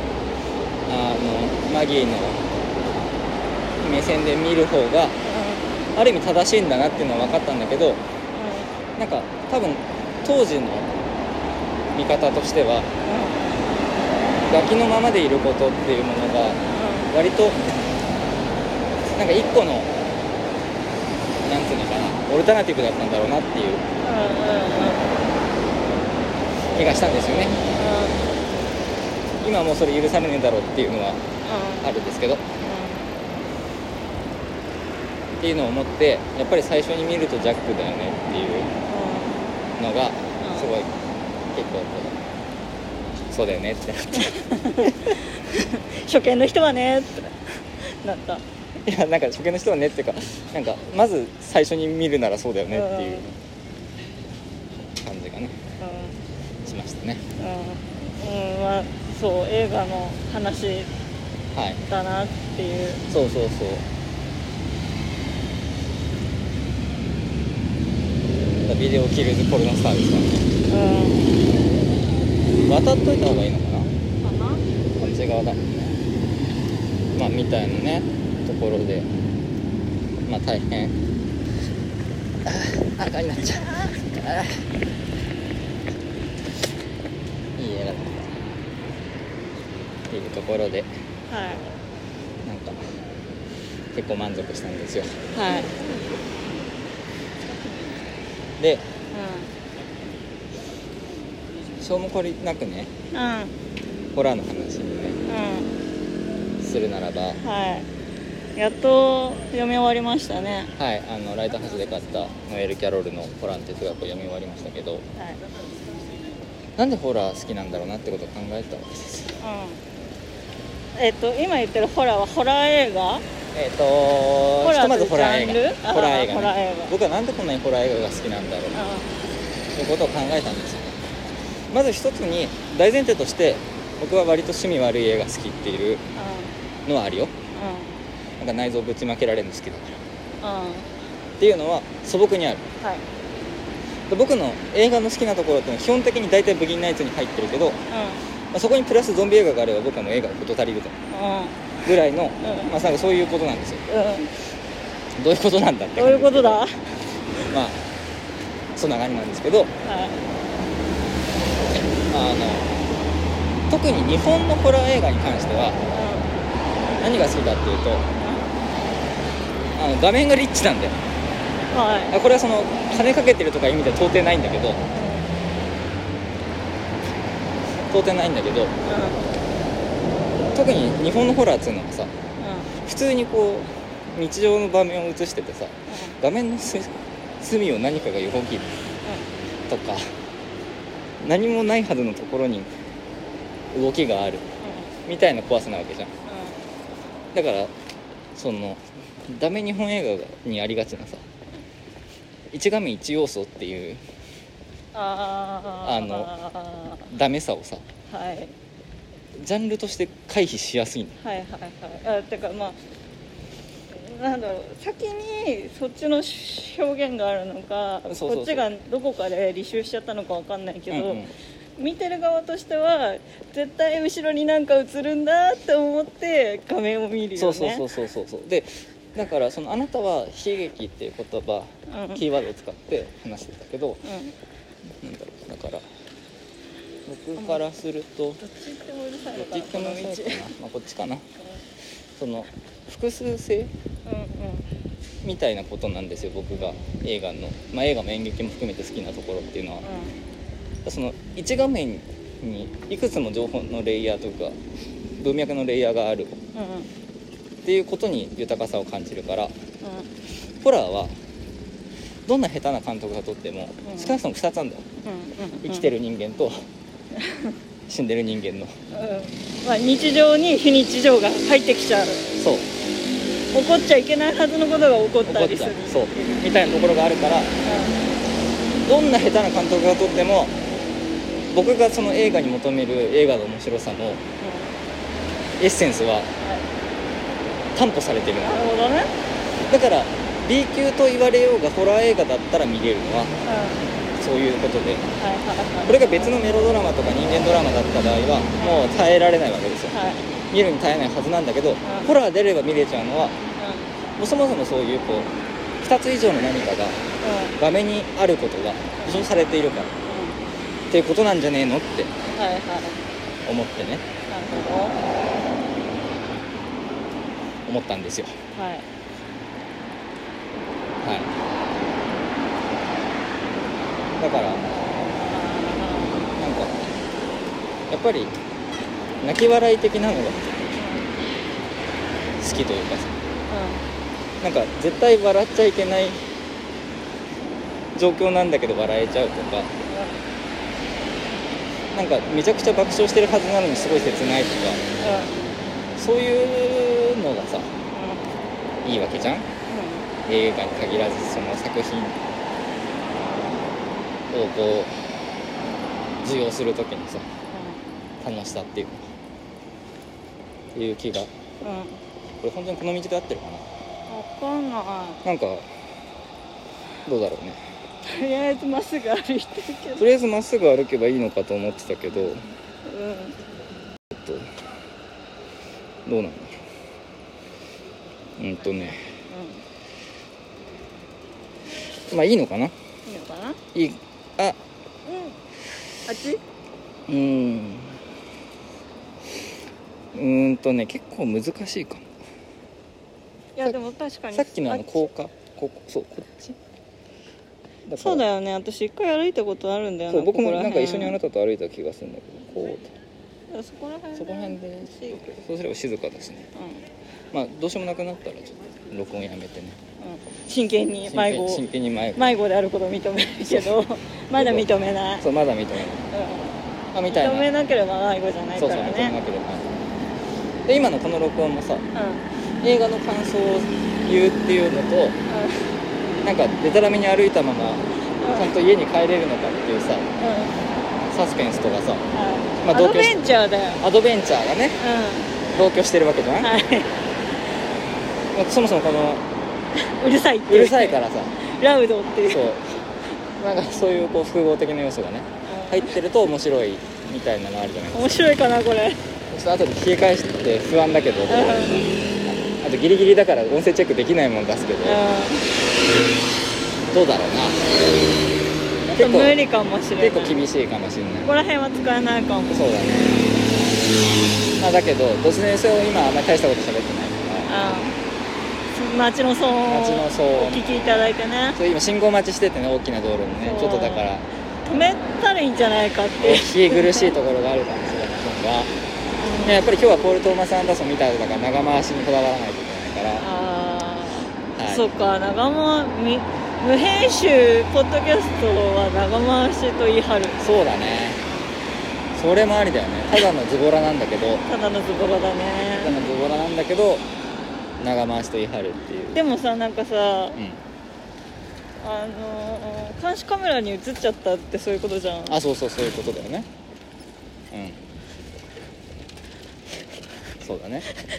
S1: マギーの目線で見る方がある意味正しいんだなっていうのは分かったんだけど、なんか多分当時の見方としては、ガキのままでいることっていうものが割となんか一個のなんていうのかな、オルタナティブだったんだろうなっていう気がしたんですよね。今はもうそれ許されねえだろうっていうのはあるんですけど、っていうのを思って、やっぱり最初に見るとジャックだよねっていうのがすごい結構そうだよねってなって
S2: 初見の人はねってなった。
S1: いや、なんか初見の人はねっていうか、なんかまず最初に見るならそうだよねっていう感じがね、しましたね。
S2: まあそう、映画の話だなっていう、
S1: そうそうそう、ビデオキルズポルノスターですからね。渡っといた方がいいのかな。こっち側だ。まあみたいなねところで、まあ大変赤になっちゃう。いい映画だったっていうところで、なんか結構満足したんですよ。で、しょうもこりなくね、ホラーの話にね、するならば、
S2: やっと読み終わりましたね。
S1: ライトハウスで買ったノエル・キャロルのホラーの哲学を読み終わりましたけど、なんでホラー好きなんだろうなってことを考えたわけですよ。
S2: 今言ってるホラーはホラー映画？
S1: ひとまずホラー映画、ホラー映画ね。僕はなんでこんなにホラー映画が好きなんだろうということを考えたんですよ。まず一つに大前提として、僕は割と趣味悪い映画好きっていうのはあるよ。なんか内臓ぶちまけられるの好きだから、っていうのは素朴にある。僕の映画の好きなところっていうのは基本的に大体ブギンナイツに入ってるけど、そこにプラスゾンビ映画があれば僕はもう映画が事足りるとぐらいの、なんかそういうことなんですよ。どういうことなんだって
S2: どういうことだ。
S1: まあそんな感じなんですけど、特に日本のホラー映画に関しては、何が好きかっていうと、画面がリッチなんだよ。これはその金かけてるとかいう意味では到底ないんだけど、特に日本のホラーっていうのはさ、普通にこう日常の場面を映しててさ、画面の隅を何かが動きとか、何もないはずのところに動きがあるみたいな怖さなわけじゃん。だからそのダメ日本映画にありがちなさ、一画面一要素っていうダメさをさ、ジャンルとして回避しやすいんだよ。
S2: てかまあなんだろう、先にそっちの表現があるのか、こっちがどこかで履修しちゃったのか分かんないけど、見てる側としては絶対後ろになんか映るんだって思って画面を見るよね。
S1: そうで、だからそのあなたは悲劇っていう言葉、キーワードを使って話してたけど、なんだろう、だから僕からするとどっち行ってもいいかな、こっちかな。その複数性、みたいなことなんですよ。僕が映画の、映画も演劇も含めて好きなところっていうのは、その一画面にいくつも情報のレイヤーとか文脈のレイヤーがあるっていうことに豊かさを感じるから、ホラーはどんな下手な監督が撮っても少なくとも2つあるんだよ、生きてる人間と死んでる人間の、
S2: まあ、日常に非日常が入ってきちゃう。
S1: そう、
S2: 起こっちゃいけないはずのことが起こったりする、
S1: そうみたいなところがあるから、どんな下手な監督が撮っても僕がその映画に求める映画の面白さのエッセンスは担保されてる。
S2: なるほどね。
S1: だから B 級と言われようがホラー映画だったら見れるのはそういうことで、これが別のメロドラマとか人間ドラマだった場合はもう耐えられないわけですよ、見るに耐えないはずなんだけど、ホラー出れば見れちゃうのは、もうそもそもそういうこう2つ以上の何かが画面にあることが保証されているから、っていうことなんじゃねえのって思ってね、
S2: なるほど、
S1: 思ったんですよ。はい、だからなんかやっぱり泣き笑い的なのが好きというかさ、なんか絶対笑っちゃいけない状況なんだけど笑えちゃうとか、なんかめちゃくちゃ爆笑してるはずなのにすごい切ないとか、そういうのがさ、いいわけじゃん、映画に限らずその作品をこう受容するときにさ、楽しさっていう気が、これ本当にこの道で合ってるかな、
S2: 分かんない。
S1: なんかどうだろうね。
S2: とりあえずまっすぐ歩いてるけど、
S1: とりあえずまっすぐ歩けばいいのかと思ってたけど、どうなんだろう。まあいいのかな。い
S2: いのかな。
S1: いい。あっち。結構難しいかも。
S2: いやでも確かに
S1: さっきの高架、こっち。
S2: そうだよね。私一回歩いたことあるんだよね。
S1: そう、僕もなんか一緒にあなたと歩いた気がするんだけど、こう。
S2: そこら辺。
S1: そこら辺で。そうすれば静かですね。まあどうしようもなくなったらちょっと録音やめてね。
S2: 真剣に迷子であることを認めるけどまだ認めない。
S1: そう、まだ認めない。みたいな。
S2: 認めなければ迷子じゃないからね。
S1: そう、認めなければ。で今のこの録音もさ、映画の感想を言うっていうのと、なんかデタラメに歩いたままちゃんと家に帰れるのかっていうさ、サスペンスとかさ、
S2: アドベンチャーだよ。
S1: アドベンチャーがね、同居してるわけじゃん。そもそもこの
S2: うるさい
S1: からさ、
S2: ラウドっていう、
S1: そうなんかそういうこう複合的な要素がね入ってると面白いみたいなのあるじゃないですか。
S2: 面白いかなこれ。
S1: ちょっと後で聞き返して不安だけど、あとギリギリだから音声チェックできないもの出すけど、どうだろうな。
S2: ちょっと無理かもしれない。
S1: 結構厳しいかもしれない。
S2: ここら辺は使えないかも。
S1: そうだね。だけど突然それを今あんまり大したこと喋ってないから、
S2: 街の騒音をお聞きいただいてね。
S1: そう今信号待ちしててね、大きな道路にね、ちょっとだから
S2: 止めたらいいんじゃないかって
S1: 聞き苦しいところがあるかもしれませんが、やっぱり今日はポール・トーマス・アンダーソンみたいだから長回しにこだわらないといけないから、
S2: そっか、無編集ポッドキャストは長回しと言い張る。
S1: そうだね、それもありだよね。ただのズボラなんだけど
S2: ただのズボラだね。
S1: ただのズボラなんだけど長回しと言い張るっていう。
S2: でもさ、なんかさ、監視カメラに映っちゃったってそういうことじゃん。
S1: そういうことだよね。そうだね。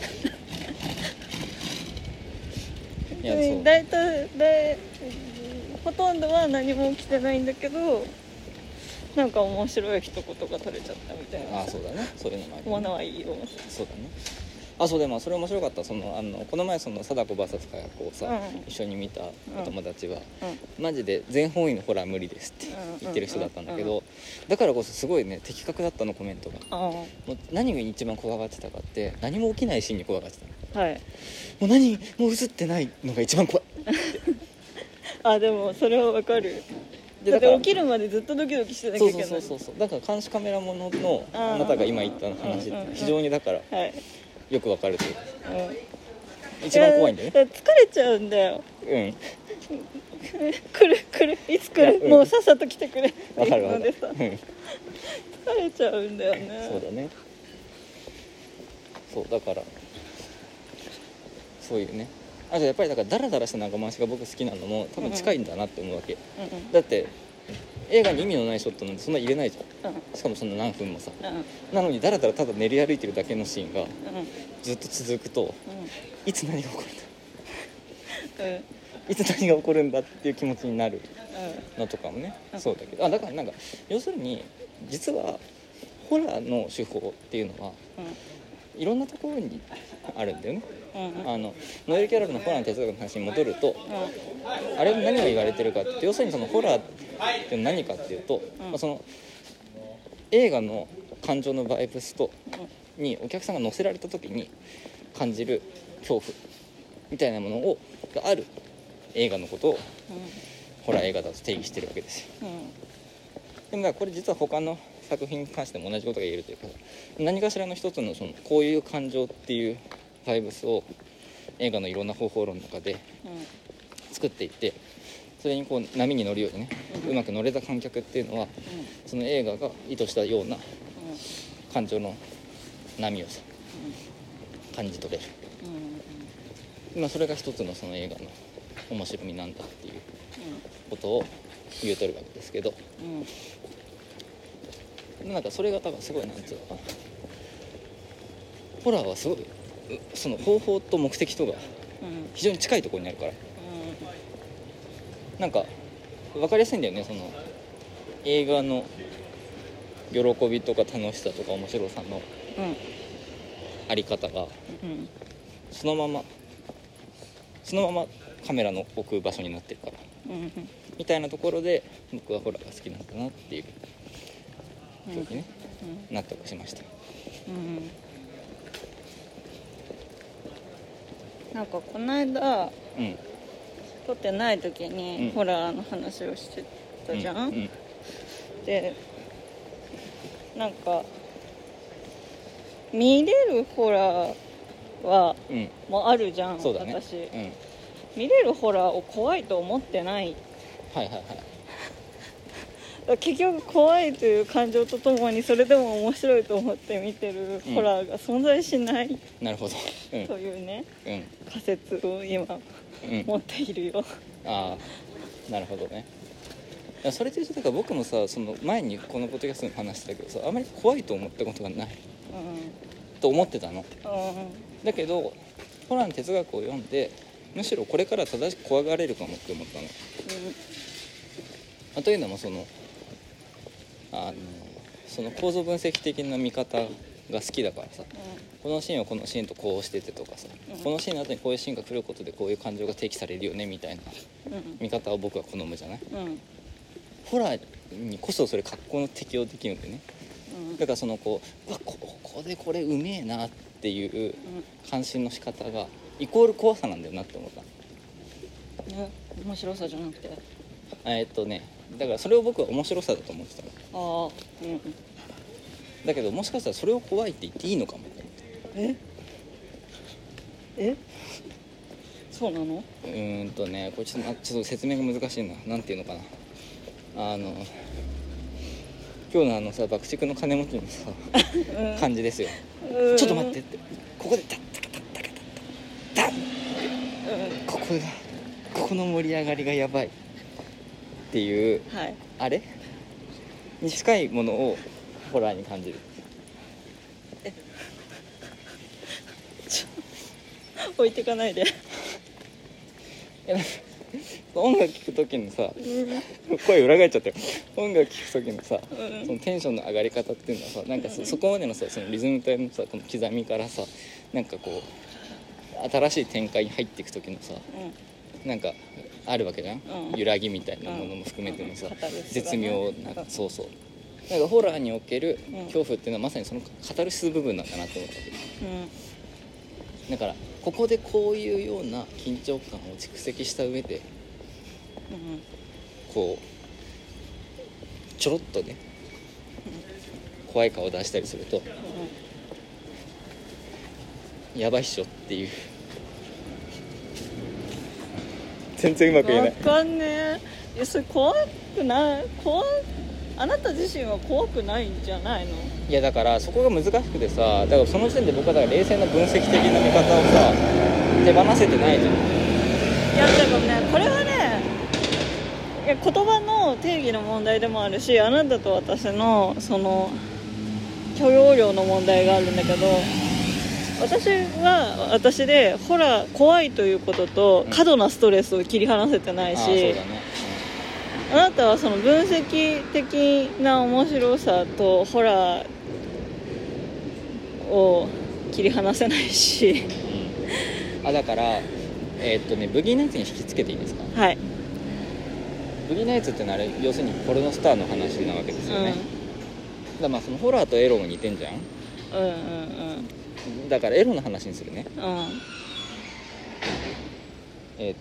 S2: だいたいほとんどは何も起きてないんだけど、なんか面白い一言が取れちゃったみたいな。
S1: そうだね、そういうのもある、ね。
S2: ものはいいよ。
S1: そうだね。そうでもそれ面白かった。この前貞子 VS かこうさ、一緒に見たお友達は、マジで全方位のホラー無理ですって言ってる人だったんだけど、だからこそすごいね的確だったのコメントが。もう何に一番怖がってたかって、何も起きないシーンに怖がってたの。もうもう映ってないのが一番怖いって
S2: でもそれはわかる。 だって起きるまでずっとドキドキしてなきゃいけない。
S1: そうだから監視カメラもののあなたが今言った話って非常にだからよくわかるというか、一番怖いんだよね。
S2: 疲れちゃうんだよ。来るいつ来る、もうさっさと来てくれっていうのでさ、疲れちゃうんだよね。
S1: そうだね。そうだからそういうね。あとやっぱりだからダラダラした長回しが僕好きなのも多分近いんだなって思うわけ、だって映画に意味のないショットなんてそんな入れないじゃん、しかもそんな何分もさ、なのにダラダラただ練り歩いてるだけのシーンがずっと続くと、いつ何が起こるんだ、いつ何が起こるんだっていう気持ちになるのとかもね、そうだけど、だからなんか要するに実はホラーの手法っていうのは、いろんなところにあるんだよね。ノエル・キャロルのホラーの哲学の話に戻ると、あれは何が言われてるかって、要するにそのホラーって何かっていうと、その映画の感情のバイブスとにお客さんが乗せられた時に感じる恐怖みたいなものがある映画のことを、ホラー映画だと定義してるわけですよ。でもだからこれ実は他の作品に関しても同じことが言えるというか、何かしらの一つのそのこういう感情っていうバイブスを映画のいろんな方法論の中で作っていって、それにこう波に乗るようにね、うまく乗れた観客っていうのは、その映画が意図したような感情の波をさ、感じ取れる、それが一つのその映画の面白みなんだっていうことを言うとるわけですけど、なんかそれが多分すごいなんていうのかな、ホラーはすごいその方法と目的とが非常に近いところにあるから、なんか分かりやすいんだよね。その映画の喜びとか楽しさとか面白さのあり方がそのままカメラの置く場所になってるから、みたいなところで僕はホラーが好きなんだなっていうふうにね、納得しました。
S2: なんかこの間、撮ってない時にホラーの話をしてたじゃん、でなんか見れるホラーは、もうあるじゃん、
S1: そうだね、
S2: 私、見れるホラーを怖いと思ってない。結局怖いという感情とともにそれでも面白いと思って見てるホラーが存在しない、
S1: なるほど、
S2: というね、仮説を今、持っているよ。
S1: ああ、なるほどね。それで言うとだから僕もさ、その前にこのポッドキャストで話したけどさ、あまり怖いと思ったことがない、と思ってたの、だけどホラーの哲学を読んでむしろこれから正しく怖がれるかもって思ったの、というのもその構造分析的な見方が好きだからさ、このシーンはこのシーンとこうしててとかさ、このシーンの後にこういうシーンが来ることでこういう感情が提起されるよねみたいな見方を僕は好むじゃない、ホラーにこそそれ格好の適用できるんでね、だからそのここでこれうめえなっていう関心の仕方がイコール怖さなんだよなって思った、
S2: 面白さじゃなくて
S1: だからそれを僕は面白さだと思ってたの。だけどもしかしたらそれを怖いって言っていいのかもって思って。
S2: そうなの？
S1: これちょっと説明が難しいな。なんていうのかな、今日のさ爆竹の金持ちのさ、感じですよ。ちょっと待ってって、ここでタッタカタッタカタッタッ、ここの盛り上がりがやばいっていう、あれに近いものをホラーに感じる。
S2: 置いてかないで。
S1: 音楽聴く時のさ、声裏返っちゃったよ。音楽聴く時のさ、そのテンションの上がり方っていうのはさ、なんかそこまでのさ、そのリズム体のさ、この刻みからさ、なんかこう新しい展開に入っていく時のさ、なんかあるわけじゃん、揺らぎみたいなものも含めてのさ、絶妙な、そうそう、なんかホラーにおける恐怖っていうのはまさにそのカタルシス部分なんだなと思ったわけ、だからここでこういうような緊張感を蓄積した上で、こうちょろっとね、怖い顔出したりすると、やばいっしょっていう。全然うまく言えない。
S2: 分かんねえ。いやそれ怖くない？あなた自身は怖くないんじゃないの？
S1: いやだからそこが難しくてさ、だからその時点で僕はだから冷静な分析的な見方をさ手放せてないじゃん。
S2: いやでもね、これはね、言葉の定義の問題でもあるし、あなたと私のその許容量の問題があるんだけど、私は私でホラー怖いということと過度なストレスを切り離せてないし、
S1: そうだね、
S2: あなたはその分析的な面白さとホラーを切り離せないし、
S1: だからブギーナイツに引きつけていいですか？
S2: はい。
S1: ブギーナイツってのは要するにポルノスターの話なわけですよね、だからそのホラーとエロも似てんじゃん。だからエロの話にするね。エ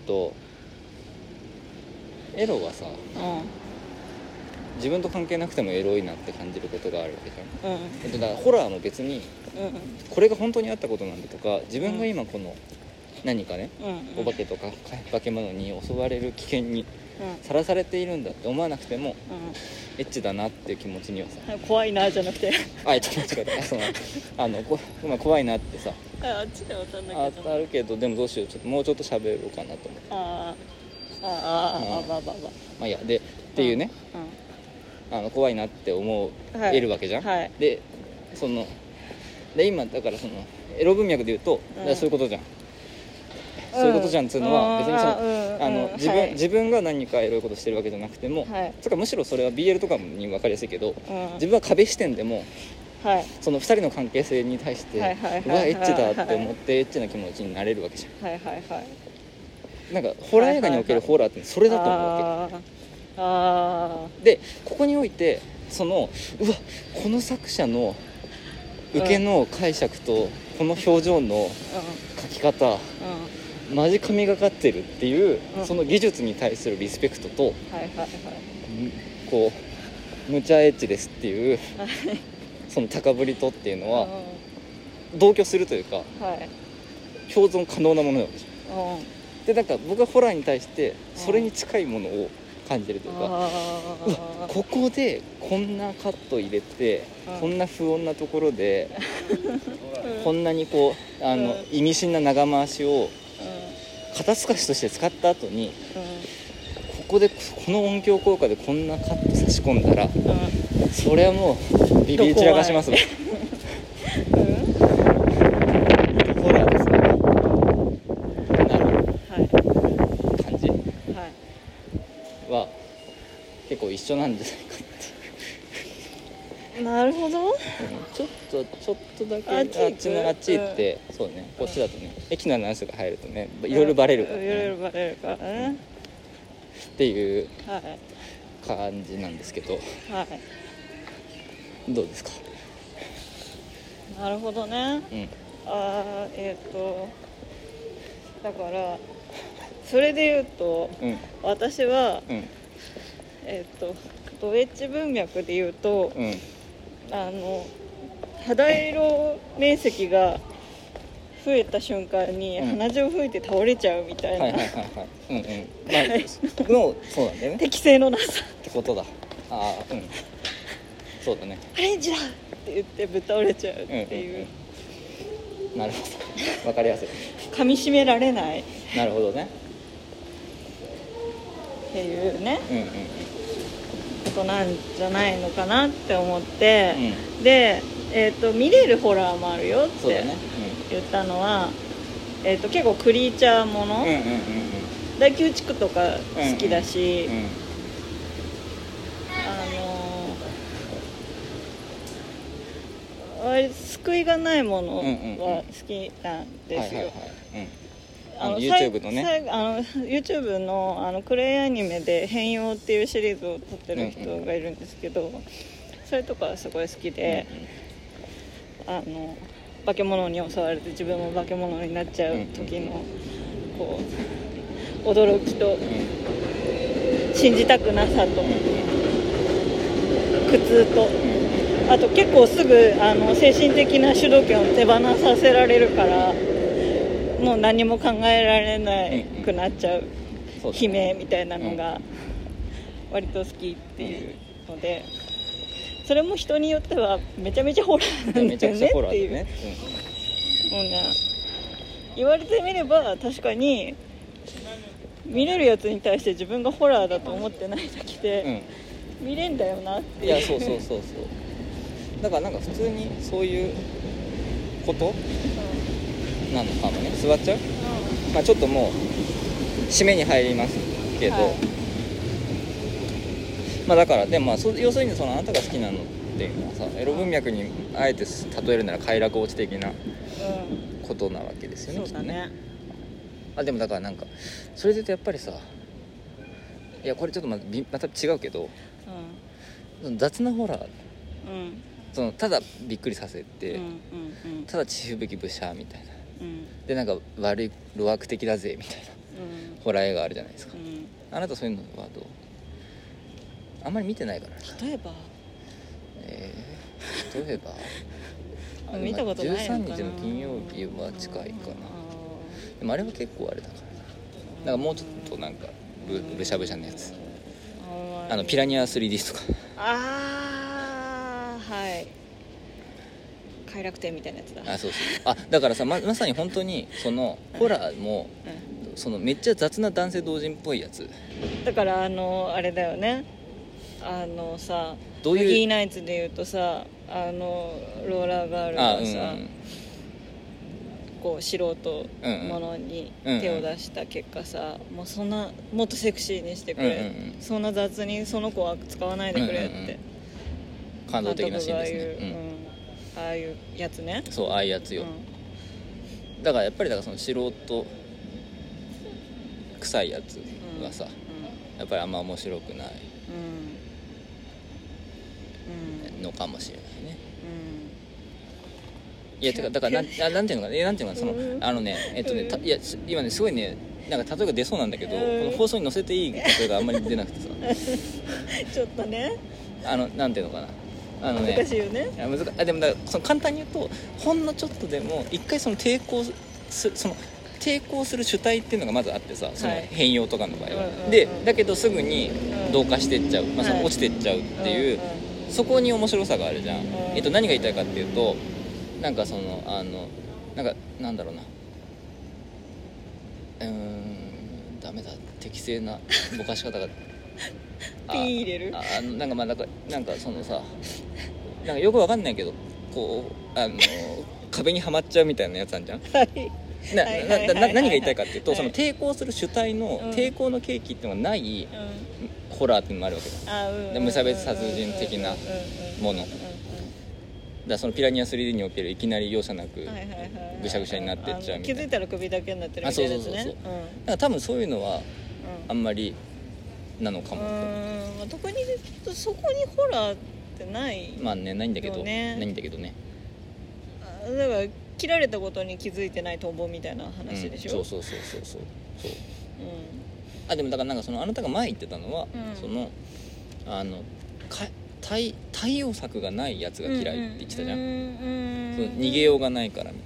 S1: ロはさ、自分と関係なくてもエロいなって感じることがあるわけじゃん、だからホラーも別に、これが本当にあったことなんだとか、自分が今この何かね、お化けとか化け物に襲われる危険にさらされているんだって思わなくても、エッチだなっていう気持ちにはさ、
S2: 怖いなじゃなくて
S1: 間違えた怖いなってさ、
S2: あっちで渡んなきゃ
S1: あるけど、でもどうしよう、もうちょっと喋ろうかなと思って。まあいやでっていうね、怖いなって思えるわけじゃん、で今だからそのエロ文脈で言うと、そういうことじゃん、そういうことじゃんっていうのは、別に自分が何かエロいことしてるわけじゃなくても、つかむしろそれは BL とかに分かりやすいけど、自分は壁視点でも、その2人の関係性に対して、うわエッチだって思ってエッチな気持ちになれるわけじゃん。なんかホラー映画におけるホラーってそれだと思うわけで、ここにおいてうわこの作者の受けの解釈とこの表情の描き方、マジ神がかってるっていう、その技術に対するリスペクトと、こう無茶エッチですっていうその高ぶりとっていうのは同居するというか、共存可能なものなわけじゃん。でなんか僕はホラーに対してそれに近いものを感じるというか、ここでこんなカット入れて、こんな不穏なところでこんなにこう意味深な長回しを肩透かしとして使った後に、ここでこの音響効果でこんなカット差し込んだら、それはもうビビり散らかしますわ。ホラーですね。なる感じは結構一緒なんじゃないかっていう。
S2: なるほど。
S1: ちょっとだけあっち行って、そうね、こっちだとね、駅のアナウンスが入るとね、いろいろバレるからね。いろいろバレるからね。っていう感じなんですけど、どうですか？
S2: なるほどね。だからそれで言うと、私はドエッジ文脈で言うと、肌色面積が増えた瞬間に鼻血を吹いて倒れちゃうみたいな、
S1: そうなんだよね。
S2: 適正のなさ
S1: ってことだ。そうだね。
S2: アレンジだって言ってぶっ倒れちゃうっていう、
S1: なるほど、わかりやすい。
S2: 噛み締められない。
S1: なるほどね。
S2: っていうね、ことなんじゃないのかなって思って、で、見れるホラーもあるよって言ったのは、結構クリーチャーもの、大宮地区とか好きだし、救いがないものは好きなんですよ。
S1: YouTube のね、
S2: YouTube のクレイアニメで変容っていうシリーズを撮ってる人がいるんですけど、それとかすごい好きで、化け物に襲われて自分も化け物になっちゃう時のこう驚きと信じたくなさと苦痛と、あと結構すぐ精神的な主導権を手放させられるから、もう何も考えられなくなっちゃう悲鳴みたいなのが割と好きっていうので、それも人によってはめちゃめちゃホラーなんだよねっていう、もうね、言われてみれば確かに見れるやつに対して自分がホラーだと思ってないだけで、見れんだよなっていう。
S1: いやそうだからなんか普通にそういうことなのかもね。座っちゃう、まあちょっともう締めに入りますけど、まあだからでもまあ要するにそのあなたが好きなのっていうのはさ、エロ文脈にあえて例えるなら快楽落ち的なことなわけですよね、きっとね。でもだからなんかそれで言うとやっぱりさ、いやこれちょっとまた違うけど、雑なホラー、そのただびっくりさせて、ただ血吹雪ブシャーみたいな、でなんか悪い路悪的だぜみたいな、ホラー映画あるじゃないですか、あなたそういうのはどう？あんまり見てないからな。
S2: 例えば見たことないのかな。
S1: 13日の金曜日は近いかな。でもあれは結構あれだからな、なんかもうちょっとなんかブシャブシャのやつ、ピラニア 3D とか。
S2: はい快楽天みたいなやつだ。
S1: そうだからさ、まさに本当にそのホラーも、そのめっちゃ雑な男性同人っぽいやつ
S2: だから、あれだよね、さ、
S1: どういう
S2: ブギーナイツでいうとさ、ローラーガールがさ、こう素人ものに手を出した結果さ、もうそんなもっとセクシーにしてくれ、そんな雑にその子は使わないでくれって、
S1: 感動的なシーンですね、
S2: ああいうやつね。
S1: そう、ああいうやつよ、だからやっぱりその素人臭いやつはさ、やっぱりあんま面白くないのかもしれないね。いやてかだからなんていうのかな、そのいや今ねすごいね、なんか例えが出そうなんだけど、この放送に載せていい例えがあんまり出なくてさ
S2: ちょっとね、
S1: なんていうのかな、
S2: 難しいよね。
S1: でもだからその簡単に言うと、ほんのちょっとでも一回その抵抗する主体っていうのがまずあってさ、その変容とかの場合は、でだけどすぐに同化してっちゃう、その落ちてっちゃうっていう、そこに面白さがあるじゃん。何が言いたいかっていうと、なんかそのなんかなんだろうな、ダメだ、適正なぼかし方が
S2: ピー入れる、
S1: なんかなんかそのさ、なんかよくわかんないけど、こう壁にはまっちゃうみたいなやつあるじゃん。何が言いたいかっていうと、その抵抗する主体の抵抗の契機っていうのがないホラーっていうのもあるわけだ。無差別殺人的なものだ、そのピラニア 3D におけるいきなり容赦なくぐしゃぐしゃになってっちゃうみたいな、
S2: 気づいたら首だけになってるみたいなやつね。
S1: だから多分そういうのはあんまりなのかも。
S2: 特にそこにホラーってない
S1: ないんだけどね。
S2: だから切られたことに気づいてないトンボみたいな話でしょ。
S1: そう、でもだからなんかそのあなたが前言ってたのは、その対応策がないやつが嫌いって言ってたじゃん、逃げようがないからみ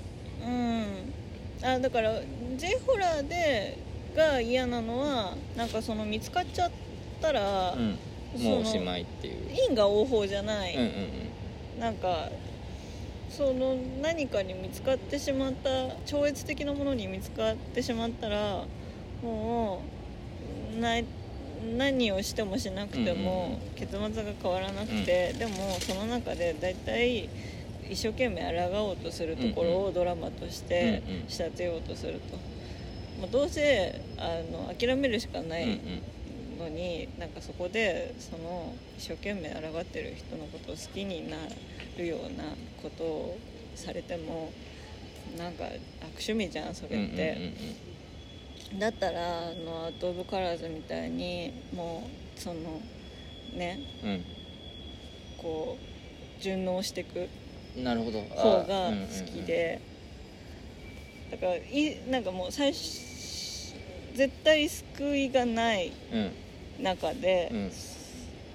S1: たいな。
S2: だから J ホラーが嫌なのは、なんかその見つかっちゃったら、
S1: もうおしまいっていう、
S2: 因果応報じゃない、なんかその何かに見つかってしまった、超越的なものに見つかってしまったら、もう何をしてもしなくても結末が変わらなくて、でもその中でだいたい一生懸命抗おうとするところをドラマとして仕立てようとすると、もうどうせ諦めるしかないのに、なんかそこでその一生懸命抗ってる人のことを好きになるようなことをされても、なんか悪趣味じゃんそれって、だったらアウト・オブ・カラーズみたいにもうそのね、こう順応していく方が好きで、だからなんかもう絶対救いがない中で、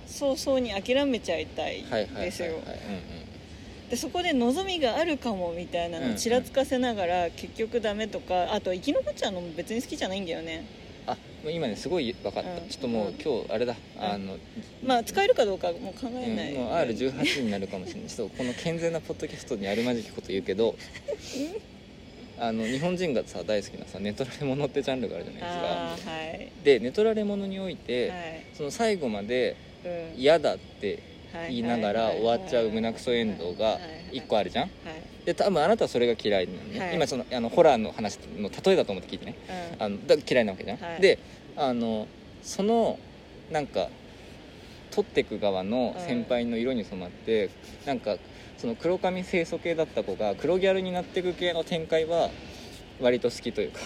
S2: 早々に諦めちゃいたいですよ。でそこで望みがあるかもみたいなのをちらつかせながら結局ダメとか、あと生き残っちゃうのも別に好きじゃないんだよね。
S1: あ、今ねすごい分かった、ちょっともう今日あれだ、
S2: まあ使えるかどうかもう考えない、
S1: もう R18 になるかもしれないちょっとこの健全なポッドキャストにあるまじきこと言うけど日本人がさ大好きなさネトラレモノってジャンルがあるじゃないですか。はい、でネトラレモノにおいて、はい、その最後まで嫌だって言いながら終わっちゃう胸クソエンドが1個あるじゃん。で多分あなたはそれが嫌いなのね、はい、今そのホラーの話の例えだと思って聞いてね、だ嫌いなわけじゃん、はい、でそのなんか取ってく側の先輩の色に染まって、なんかその黒髪清楚系だった子が黒ギャルになっていく系の展開は割と好きというか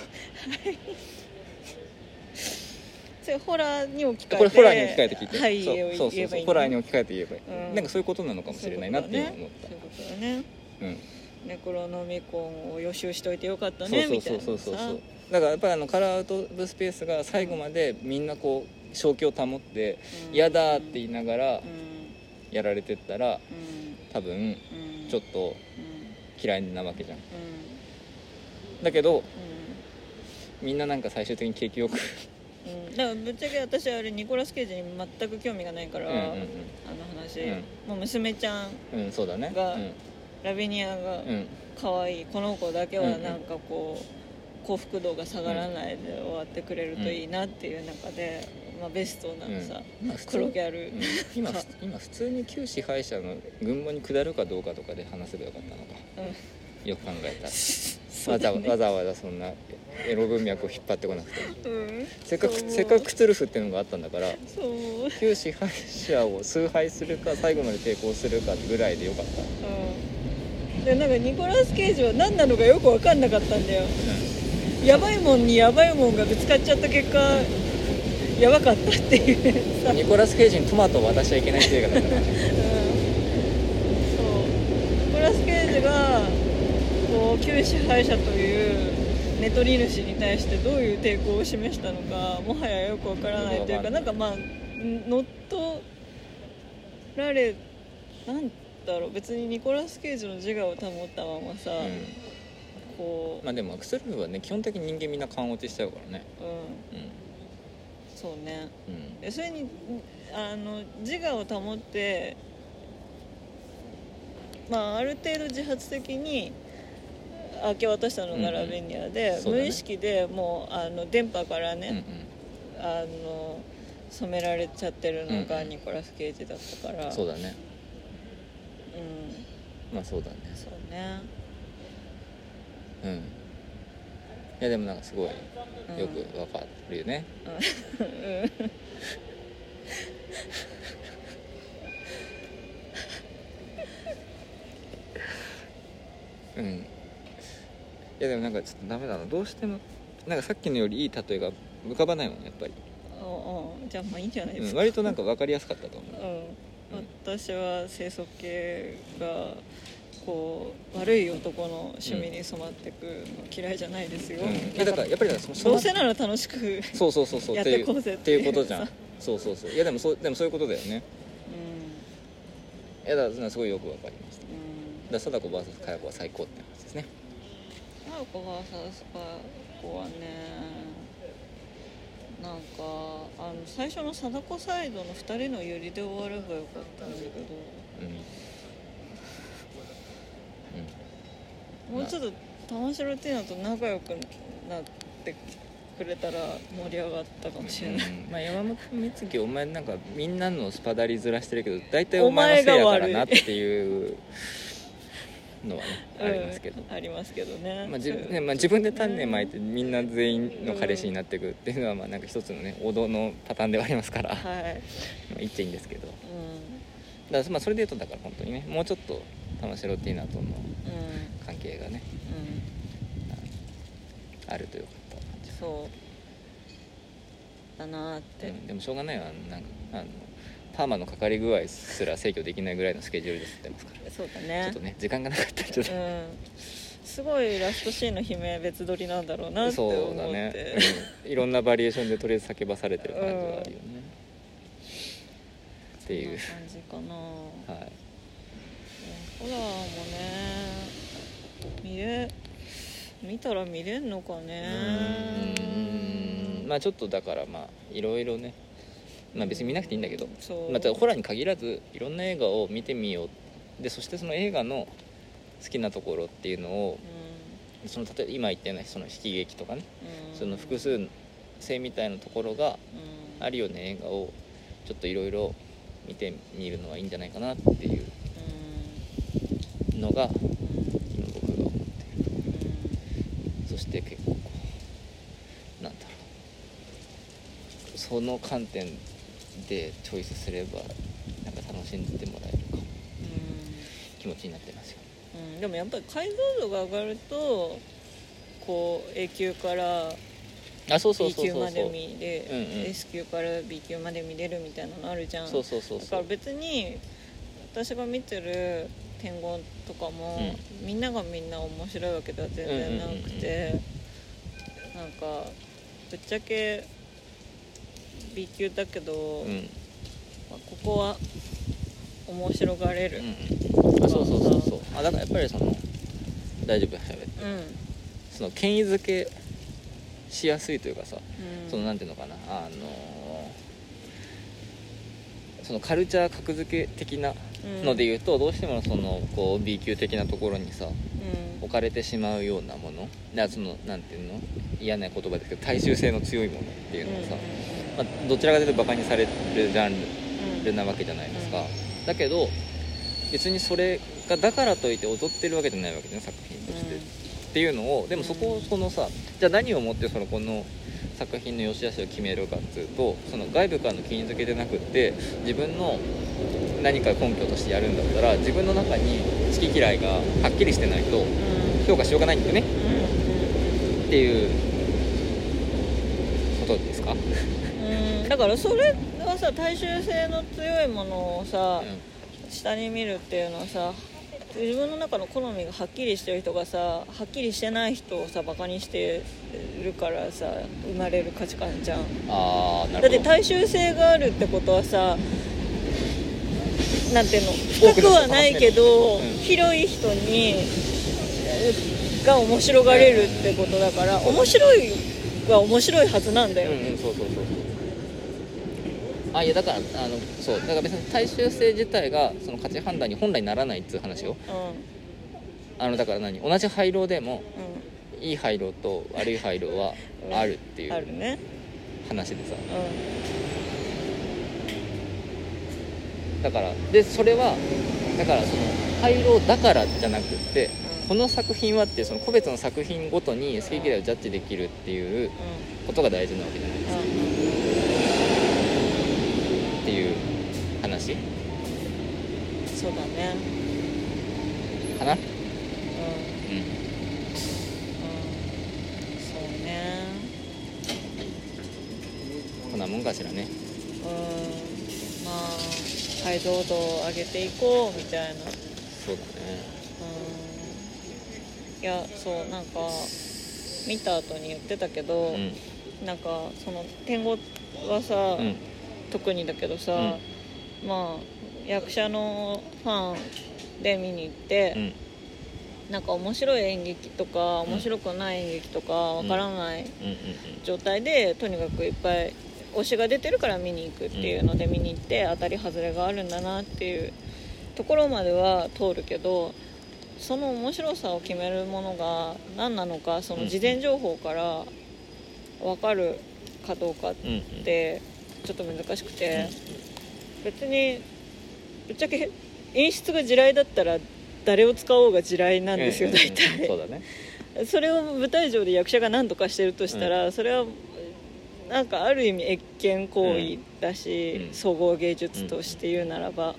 S2: それホラーに置き換えて、
S1: これホラーに置き換えて聞いて、
S2: はい、
S1: そうホラーに置き換えて言えばいい、なんかそういうことなのかもしれないなって思った。そういうことだね。
S2: ネクロノミコンを予習しといてよかったねみたいなさ。
S1: そうだからやっぱりカラーアウト・オブ・スペースが最後までみんなこう正気を保って嫌だって言いながらやられてったら多分ちょっと嫌いなわけじゃん。だけどみんななんか最終的に景気よく
S2: だからぶっちゃけ私あれニコラス・ケイジに全く興味がないから、あの話、もう娘ちゃん
S1: そうだね
S2: が、ラビニアが可愛い、この子だけはなんかこう幸福度が下がらないで終わってくれるといいなっていう中で、ベストなさ、黒ギャル、
S1: 今普通に旧支配者の軍門に下るかどうかとかで話せばよかったのか、よく考えたらわざわざそんなエロ文脈を引っ張ってこなくて、せっかくクトゥルフっていうのがあったんだから、旧支配者を崇拝するか最後まで抵抗するかぐらいでよかった、
S2: でなんかニコラス・ケイジは何なのかよく分かんなかったんだよ、やばいもんにやばいもんがぶつかっちゃった結果やばかったっていう
S1: ニコラス・ケイジにトマトを渡しちゃいけないっていう映画だったから、そう
S2: ニコラス・ケイジがこう旧支配者というネトリ主に対してどういう抵抗を示したのかもはやよくわからないというか、なんか乗っ取られなんだろう、別にニコラス・ケイジの自我を保ったままさ、こう
S1: でもクトゥルフはね基本的に人間みんな勘落ちしちゃうからね、
S2: そうね、それに自我を保ってある程度自発的に明け渡したのがラベニアで、無意識でもう電波からね、染められちゃってるのがニコラス・ケイジだったから、
S1: そうだね、そうだね、
S2: そうね、
S1: いやでもなんかすごいよくわかるよね、いやでもなんかちょっとダメだな、どうしてもなんかさっきのよりいい例えが浮かばないもんやっぱり。
S2: じゃあいいんじゃないですか、
S1: 割となんか分かりやすかったと思う、
S2: 私は清楚系がこう悪い男の趣味に染まっていくの嫌いじゃないですよ、
S1: だからやっぱり
S2: どうせなら楽しくやってこうぜ
S1: っていうことじゃん。そういやでもそういうことだよね。いやだからすごいよく分かりました。だから貞子 VS 佳代子は最高って話ですね。
S2: 佳代子 VS 佳代子はね、なんか最初の貞子サイドの2人のユリで終わればよかったんだけど、もうちょっと玉城ティーナと仲良くなってくれたら盛り上がったかもしれない、
S1: 山本美月お前なんかみんなのスパダリずらしてるけど大体お前のせいやからなっていうのはねありますけど、
S2: ありますけどね、
S1: 自分で種まいてみんな全員の彼氏になっていくっていうのはなんか一つのね王道のパターンではありますから、言っちゃいいんですけど、だからそれでいうとだから本当にねもうちょっと玉城ティーナとの関係がね、あるとよかった感じ。
S2: そうだなって、
S1: でもしょうがないわ、なんかパーマのかかり具合すら制御できないぐらいのスケジュールで吸ってますから。
S2: そうだね、
S1: ちょっとね時間がなかったらちょっと、
S2: すごいラストシーンの悲鳴別撮りなんだろうなって思って。そうだね、
S1: いろんなバリエーションでとりあえず叫ばされてる感じがあるよね、ってっていう
S2: そんな感じかな。
S1: はい、
S2: ホラーもね見たら見れんのかね。
S1: まあちょっとだからまあいろいろね、まあ別に見なくていいんだけど、またホラーに限らずいろんな映画を見てみよう。でそしてその映画の好きなところっていうのを、その例えば今言ったようなその悲劇とかね、その複数性みたいなところがあるような映画をちょっといろいろ見てみるのはいいんじゃないかなっていうのが今僕が思っている。そして結構なんだろう、その観点でチョイスすればなんか楽しんでもらえるかも、気持ちになってますよ。
S2: でもやっぱり解像度が上がるとこう A 級から B 級まで見れ、S 級から B 級まで見れるみたいなのあるじゃん。だから別に私が見てる天言とかも、みんながみんな面白いわけでは全然なくて、なんかぶっちゃけ B 級だけど、まあ、ここは面白がれる、
S1: だからやっぱりその大丈夫やべって、その権威づけしやすいというかさ、そのなんていうのかな、そのカルチャー格付け的なのでいうと、どうしてもそのこう B 級的なところにさ、置かれてしまうようなものだ、そのなんていうの、嫌な言葉ですけど大衆性の強いものっていうのはさ、まあ、どちらかというとバカにされるジャンルなわけじゃないですか。だけど別にそれがだからといって踊ってるわけじゃないわけじゃない、作品として、っていうのを、でもそこをそのさ、じゃあ何をもってこの作品の良し悪しを決めるかっていうと、その外部からの権威づけでなくって自分の何か根拠としてやるんだったら、自分の中に好き嫌いがはっきりしてないと評価しようがないんだよね、っていうことですか。
S2: だからそれはさ、大衆性の強いものをさ、下に見るっていうのはさ、自分の中の好みがはっきりしてる人がさ、はっきりしてない人をさバカにしてるからさ、生まれる価値観じゃん。だって大衆性があるってことはさ、なんていうの、深くはないけど、広い人にが面白がれるってことだから、面白いは面白いはずなんだよ。
S1: いやだからそうだから別に大衆性自体がその価値判断に本来ならないっていう話よ、だから同じ廃炉でも、いい廃炉と悪い廃炉はあるっていう話でさ、だからでそれはだからその廃炉だからじゃなくって、この作品はっていうその個別の作品ごとに好き嫌いをジャッジできるっていうことが大事なわけじゃないですか、っていう話。
S2: そうだね
S1: かな。
S2: そうね。
S1: こんなもんかしらね。
S2: まあ解像度を上げていこうみたいな。
S1: そうだね。
S2: いやそうなんか見た後に言ってたけど、なんかその天狗はさ、特にだけどさ、まあ役者のファンで見に行って、なんか面白い演劇とか面白くない演劇とかわからない状態で、とにかくいっぱい推しが出てるから見に行くっていうので見に行って、当たり外れがあるんだなっていうところまでは通るけど、その面白さを決めるものが何なのか、その事前情報から分かるかどうかってちょっと難しくて、別にぶっちゃけ演出が地雷だったら誰を使おうが地雷なんですよ、大体。
S1: そうだね。
S2: それを舞台上で役者が何とかしてるとしたら、それはなんかある意味越権行為だし、総合芸術として言うならば、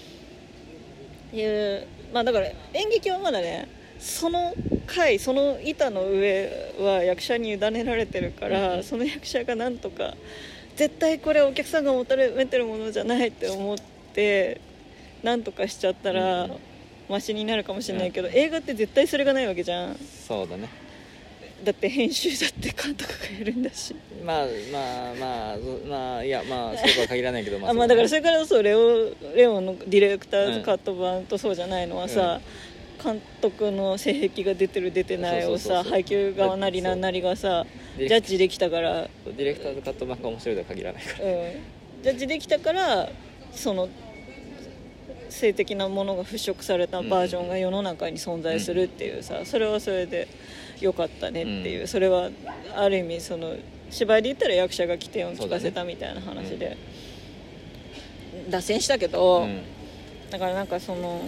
S2: まあだから演劇はまだね、その回その板の上は役者に委ねられてるから、その役者がなんとか絶対これお客さんが求めてるものじゃないって思ってなんとかしちゃったらマシになるかもしれないけど、映画って絶対それがないわけじゃん。
S1: そうだね。
S2: だって編集だって監督がやるんだし、
S1: まあまあいやまあそうとは限らないけど
S2: まあだからそれからこそレオンのディレクターズカット版とそうじゃないのはさ、監督の性癖が出てる出てないをさ、配給側なりなんなりがさジャッジできたから、
S1: ディレクターズカット版が面白いとは限らないから、
S2: ジャッジできたからその性的なものが払拭されたバージョンが世の中に存在するっていうさ、それはそれで良かったねっていう、それはある意味その芝居で言ったら役者が起点を聞かせたみたいな話で、脱線したけど、だからなんかその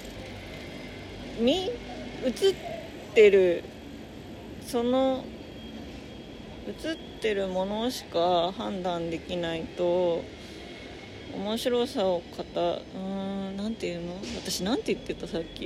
S2: 映ってるその映ってるものしか判断できないと面白さをなんていうの、私なんて言ってたさっき、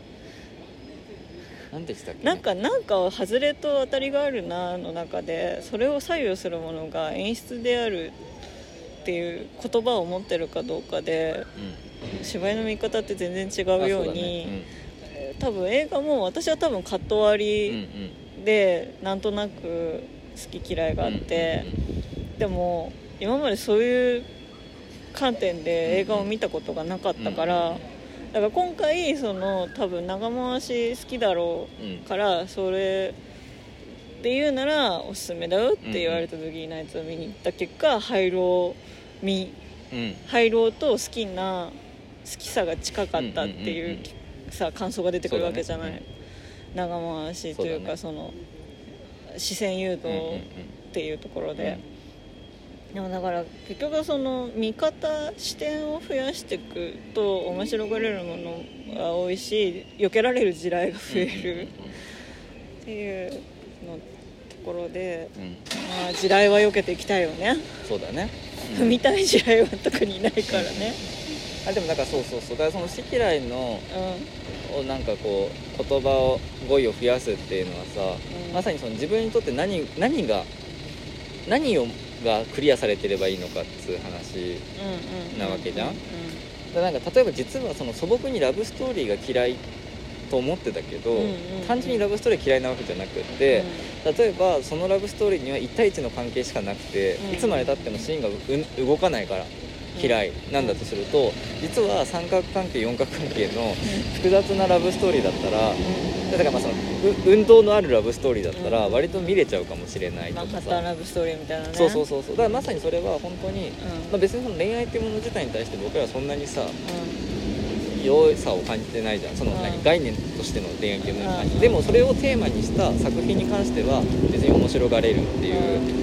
S1: なんでしたっけ、
S2: なんか外れと当たりがあるなの中でそれを左右するものが演出であるっていう言葉を持ってるかどうかで、芝居の見方って全然違うように、多分映画も私は多分カット割りでなんとなく好き嫌いがあって、でも今までそういう観点で映画を見たことがなかったから、だから今回その多分長回し好きだろうから、それって言うならおすすめだよって言われた時にナイツを見に行った結果、廃炉と好きさが近かったっていうさ感想が出てくるわけじゃない、長回しというかその視線誘導っていうところで、でもだから結局その見方視点を増やしていくと面白がれるものが多いし、避けられる地雷が増えるっていうのところで、まあ地雷は避けていきたいよね。
S1: そうだね、
S2: 踏みたい地雷は特にいないからね。
S1: でもだからそうだからその好き嫌いの、なんかこう言葉を語彙を増やすっていうのはさ、まさにその自分にとって何がクリアされてればいいのかっていう話なわけじゃん。なんか例えば実はその素朴にラブストーリーが嫌いと思ってたけど、単純にラブストーリー嫌いなわけじゃなくって、例えばそのラブストーリーには1対1の関係しかなくて、いつまでたってもシーンが動かないから嫌いなんだとすると、実は三角関係四角関係の複雑なラブストーリーだったら、だからまあその運動のあるラブストーリーだったら割と見れちゃうかもしれないとかさ、
S2: マンハッタンラブストーリーみたいなね。
S1: そうだからまさにそれは本当に、別にその恋愛っていうもの自体に対して僕らはそんなにさ、良さを感じてないじゃん。その概念としての恋愛っていうものに関して、でもそれをテーマにした作品に関しては別に面白がれるっていう、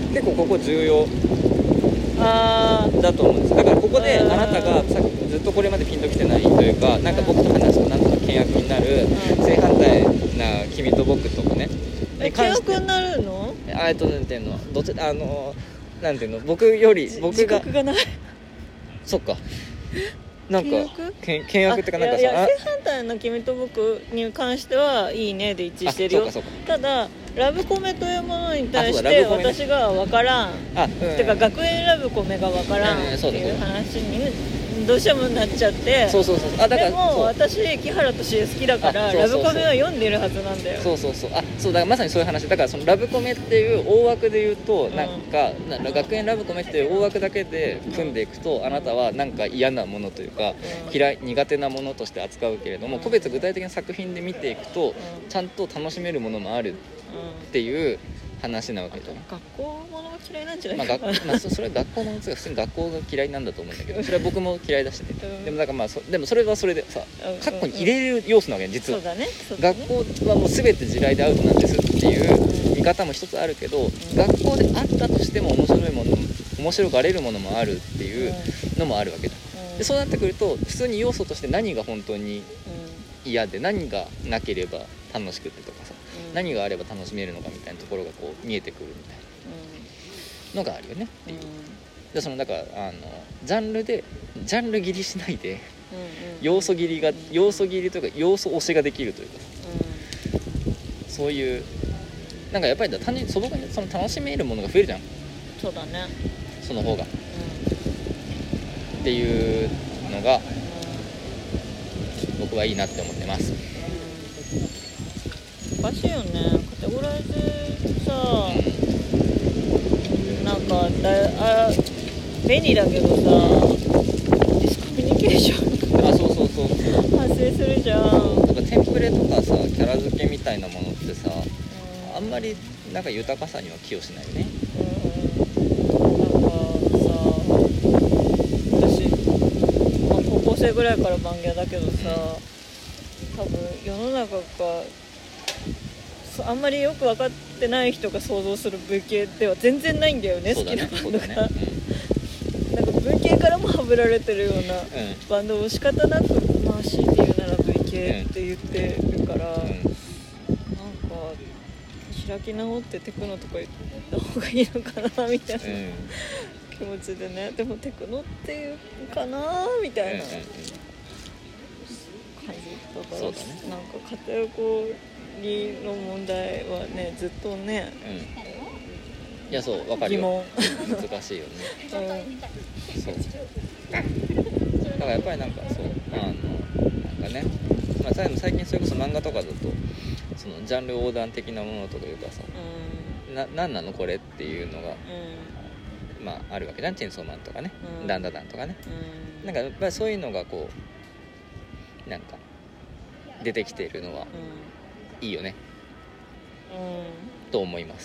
S1: 結構ここ重要だと思うんです。だからここであなたがさっきずっとこれまでピンときてないというか、なんか僕と話すとなんとか険悪になる正反対な君と僕とかね、
S2: 険悪になるの？
S1: なんていうの、なんていうの、僕より僕が
S2: 自覚がない。
S1: そっか、なんか険悪ってかなんかさ、
S2: いや正反対の君と僕に関してはいいねで一致してるよ。ただラブコメというものに対して私が分からん、てか学園ラブコメが分からんっていう話にどうしてもなっちゃって、だからでも私木原敏恵好きだからラブコメは読んでるはずなんだよ。
S1: そうだからまさにそういう話だから、そのラブコメっていう大枠で言うと、なんか学園ラブコメっていう大枠だけで組んでいくと、あなたはなんか嫌なものというか苦手なものとして扱うけれども、個別具体的な作品で見ていくとちゃんと楽しめるものもあるっていう話なわけじゃん。
S2: 学校ものが嫌いなんじゃないか
S1: な。それは学校の普通に学校が嫌いなんだと思うんだけど、それは僕も嫌いだしね。でもだからでもそれはそれでさ、カッコに入れる要素なわけ実は。学校はもう全て地雷でアウトなんですっていう見方も一つあるけど、学校であったとしても面白がれるものもあるっていうのもあるわけだ。でそうなってくると普通に要素として何が本当に嫌で何がなければ楽しくてとかさ、何があれば楽しめるのかみたいなところがこう見えてくるみたいなのがあるよねっていう。でそのだからジャンル切りしないで、要素切りというか要素推しができるというか、そういうなんかやっぱり単純に素朴にその楽しめるものが増えるじゃん。
S2: そうだね。
S1: その方が、っていうのが僕はいいなって思ってます。
S2: おかしいよね、カテゴライズさ、なんか便利だけどさ、ディスコミュニケーション
S1: そう
S2: 発生するじゃん。
S1: なんかテンプレとかさ、キャラ付けみたいなものってさ、あんまりなんか豊かさには寄与しないよね。
S2: なんかさ、私、高校生ぐらいから漫画だけどさ、多分世の中があんまりよく分かってない人が想像する文系では全然ないんだよね、好きなバンドが、なんか文系からもはぶられてるようなバンドを仕方なく、まあ強いて言うなら文系って言ってるから、なんか開き直ってテクノとか言った方がいいのかなみたいな、気持ちでね。でもテクノっていうかなみたいな感じだから、なんかカテゴリーの問題はね、ずっとね、
S1: いや、そう、分かるよ、難しいよね。そうだからやっぱりなんかそう、なんかね、最近それこそ漫画とかだとそのジャンル横断的なものというかさ、なんなのこれっていうのが、まああるわけじゃん。チェンソーマンとかね、ダンダダンとかね、なんかやっぱりそういうのがこうなんか出てきているのはいいよね、と思います。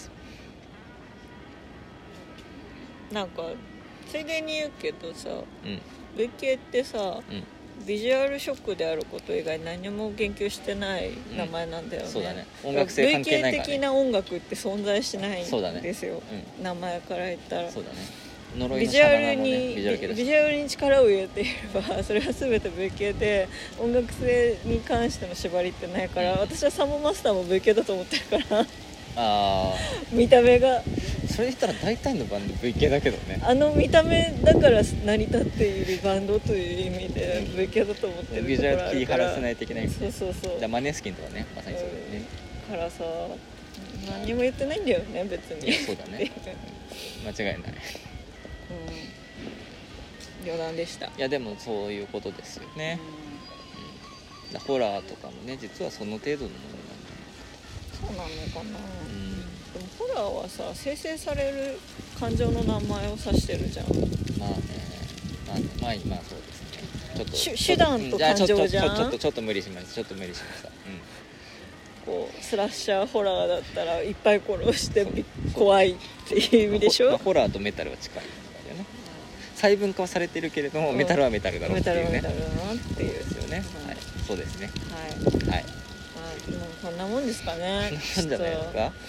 S2: なんかついでに言うけどさ、文系ってさ、ビジュアルショックであること以外何も言及してない名前なんだよね。
S1: そうだね、音楽性関係ないからね。
S2: 文系的な音楽って存在しないんですよ、名前から言ったら。
S1: そうだね、呪いのシャナナもね、
S2: ビジュアルに力を入れていればそれは全て文系で、音楽性に関しての縛りってないから、私はサモマスターも文系だと思ってるから見た目が。
S1: それ言ったら大体のバンド V 系だけどね。
S2: 見た目だから成り立っているバンドという意味で V 系だと思ってる
S1: ビジュアル切り離せない的な意味で。
S2: そう
S1: じゃあマネスキンとかね、まさにそうだよね。
S2: からさ、何も言ってないんだよね、別に。
S1: そうだね間違いない。
S2: 余談でした。い
S1: やでもそういうことですよね。ホラーとかもね、実はその程度のものなんだよ。
S2: そうなのかな。でもホラーはさ、生成される感情の名前を指してるじゃん。まあ
S1: そうですね。
S2: 手段と感情じゃん。
S1: ちょっと無理しました。
S2: こうスラッシャーホラーだったらいっぱい殺して怖いっていう意味でしょ。
S1: ホラーとメタルは近いんだよね。細分化はされてるけれども、メタルはメタルだろうっていうね。
S2: メタルだなっていうですよね。
S1: はい、そうですね。
S2: はい。こんなもんですかね。
S1: なんじゃないですか。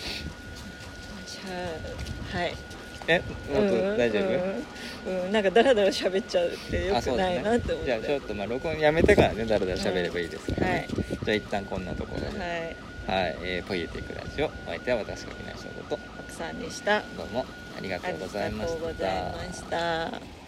S2: はい。
S1: もっと大丈
S2: 夫？なんかダラダラ喋っちゃうってよくないなって思って。
S1: じゃあちょっと録音やめてからね、ダラダラ喋ればいいですからね。じゃあ一旦こんなところで。はい。ポイエティクラジオ、お相手は私が木梨翔吾と
S2: 奥さんでした。
S1: どうもありがとうございました。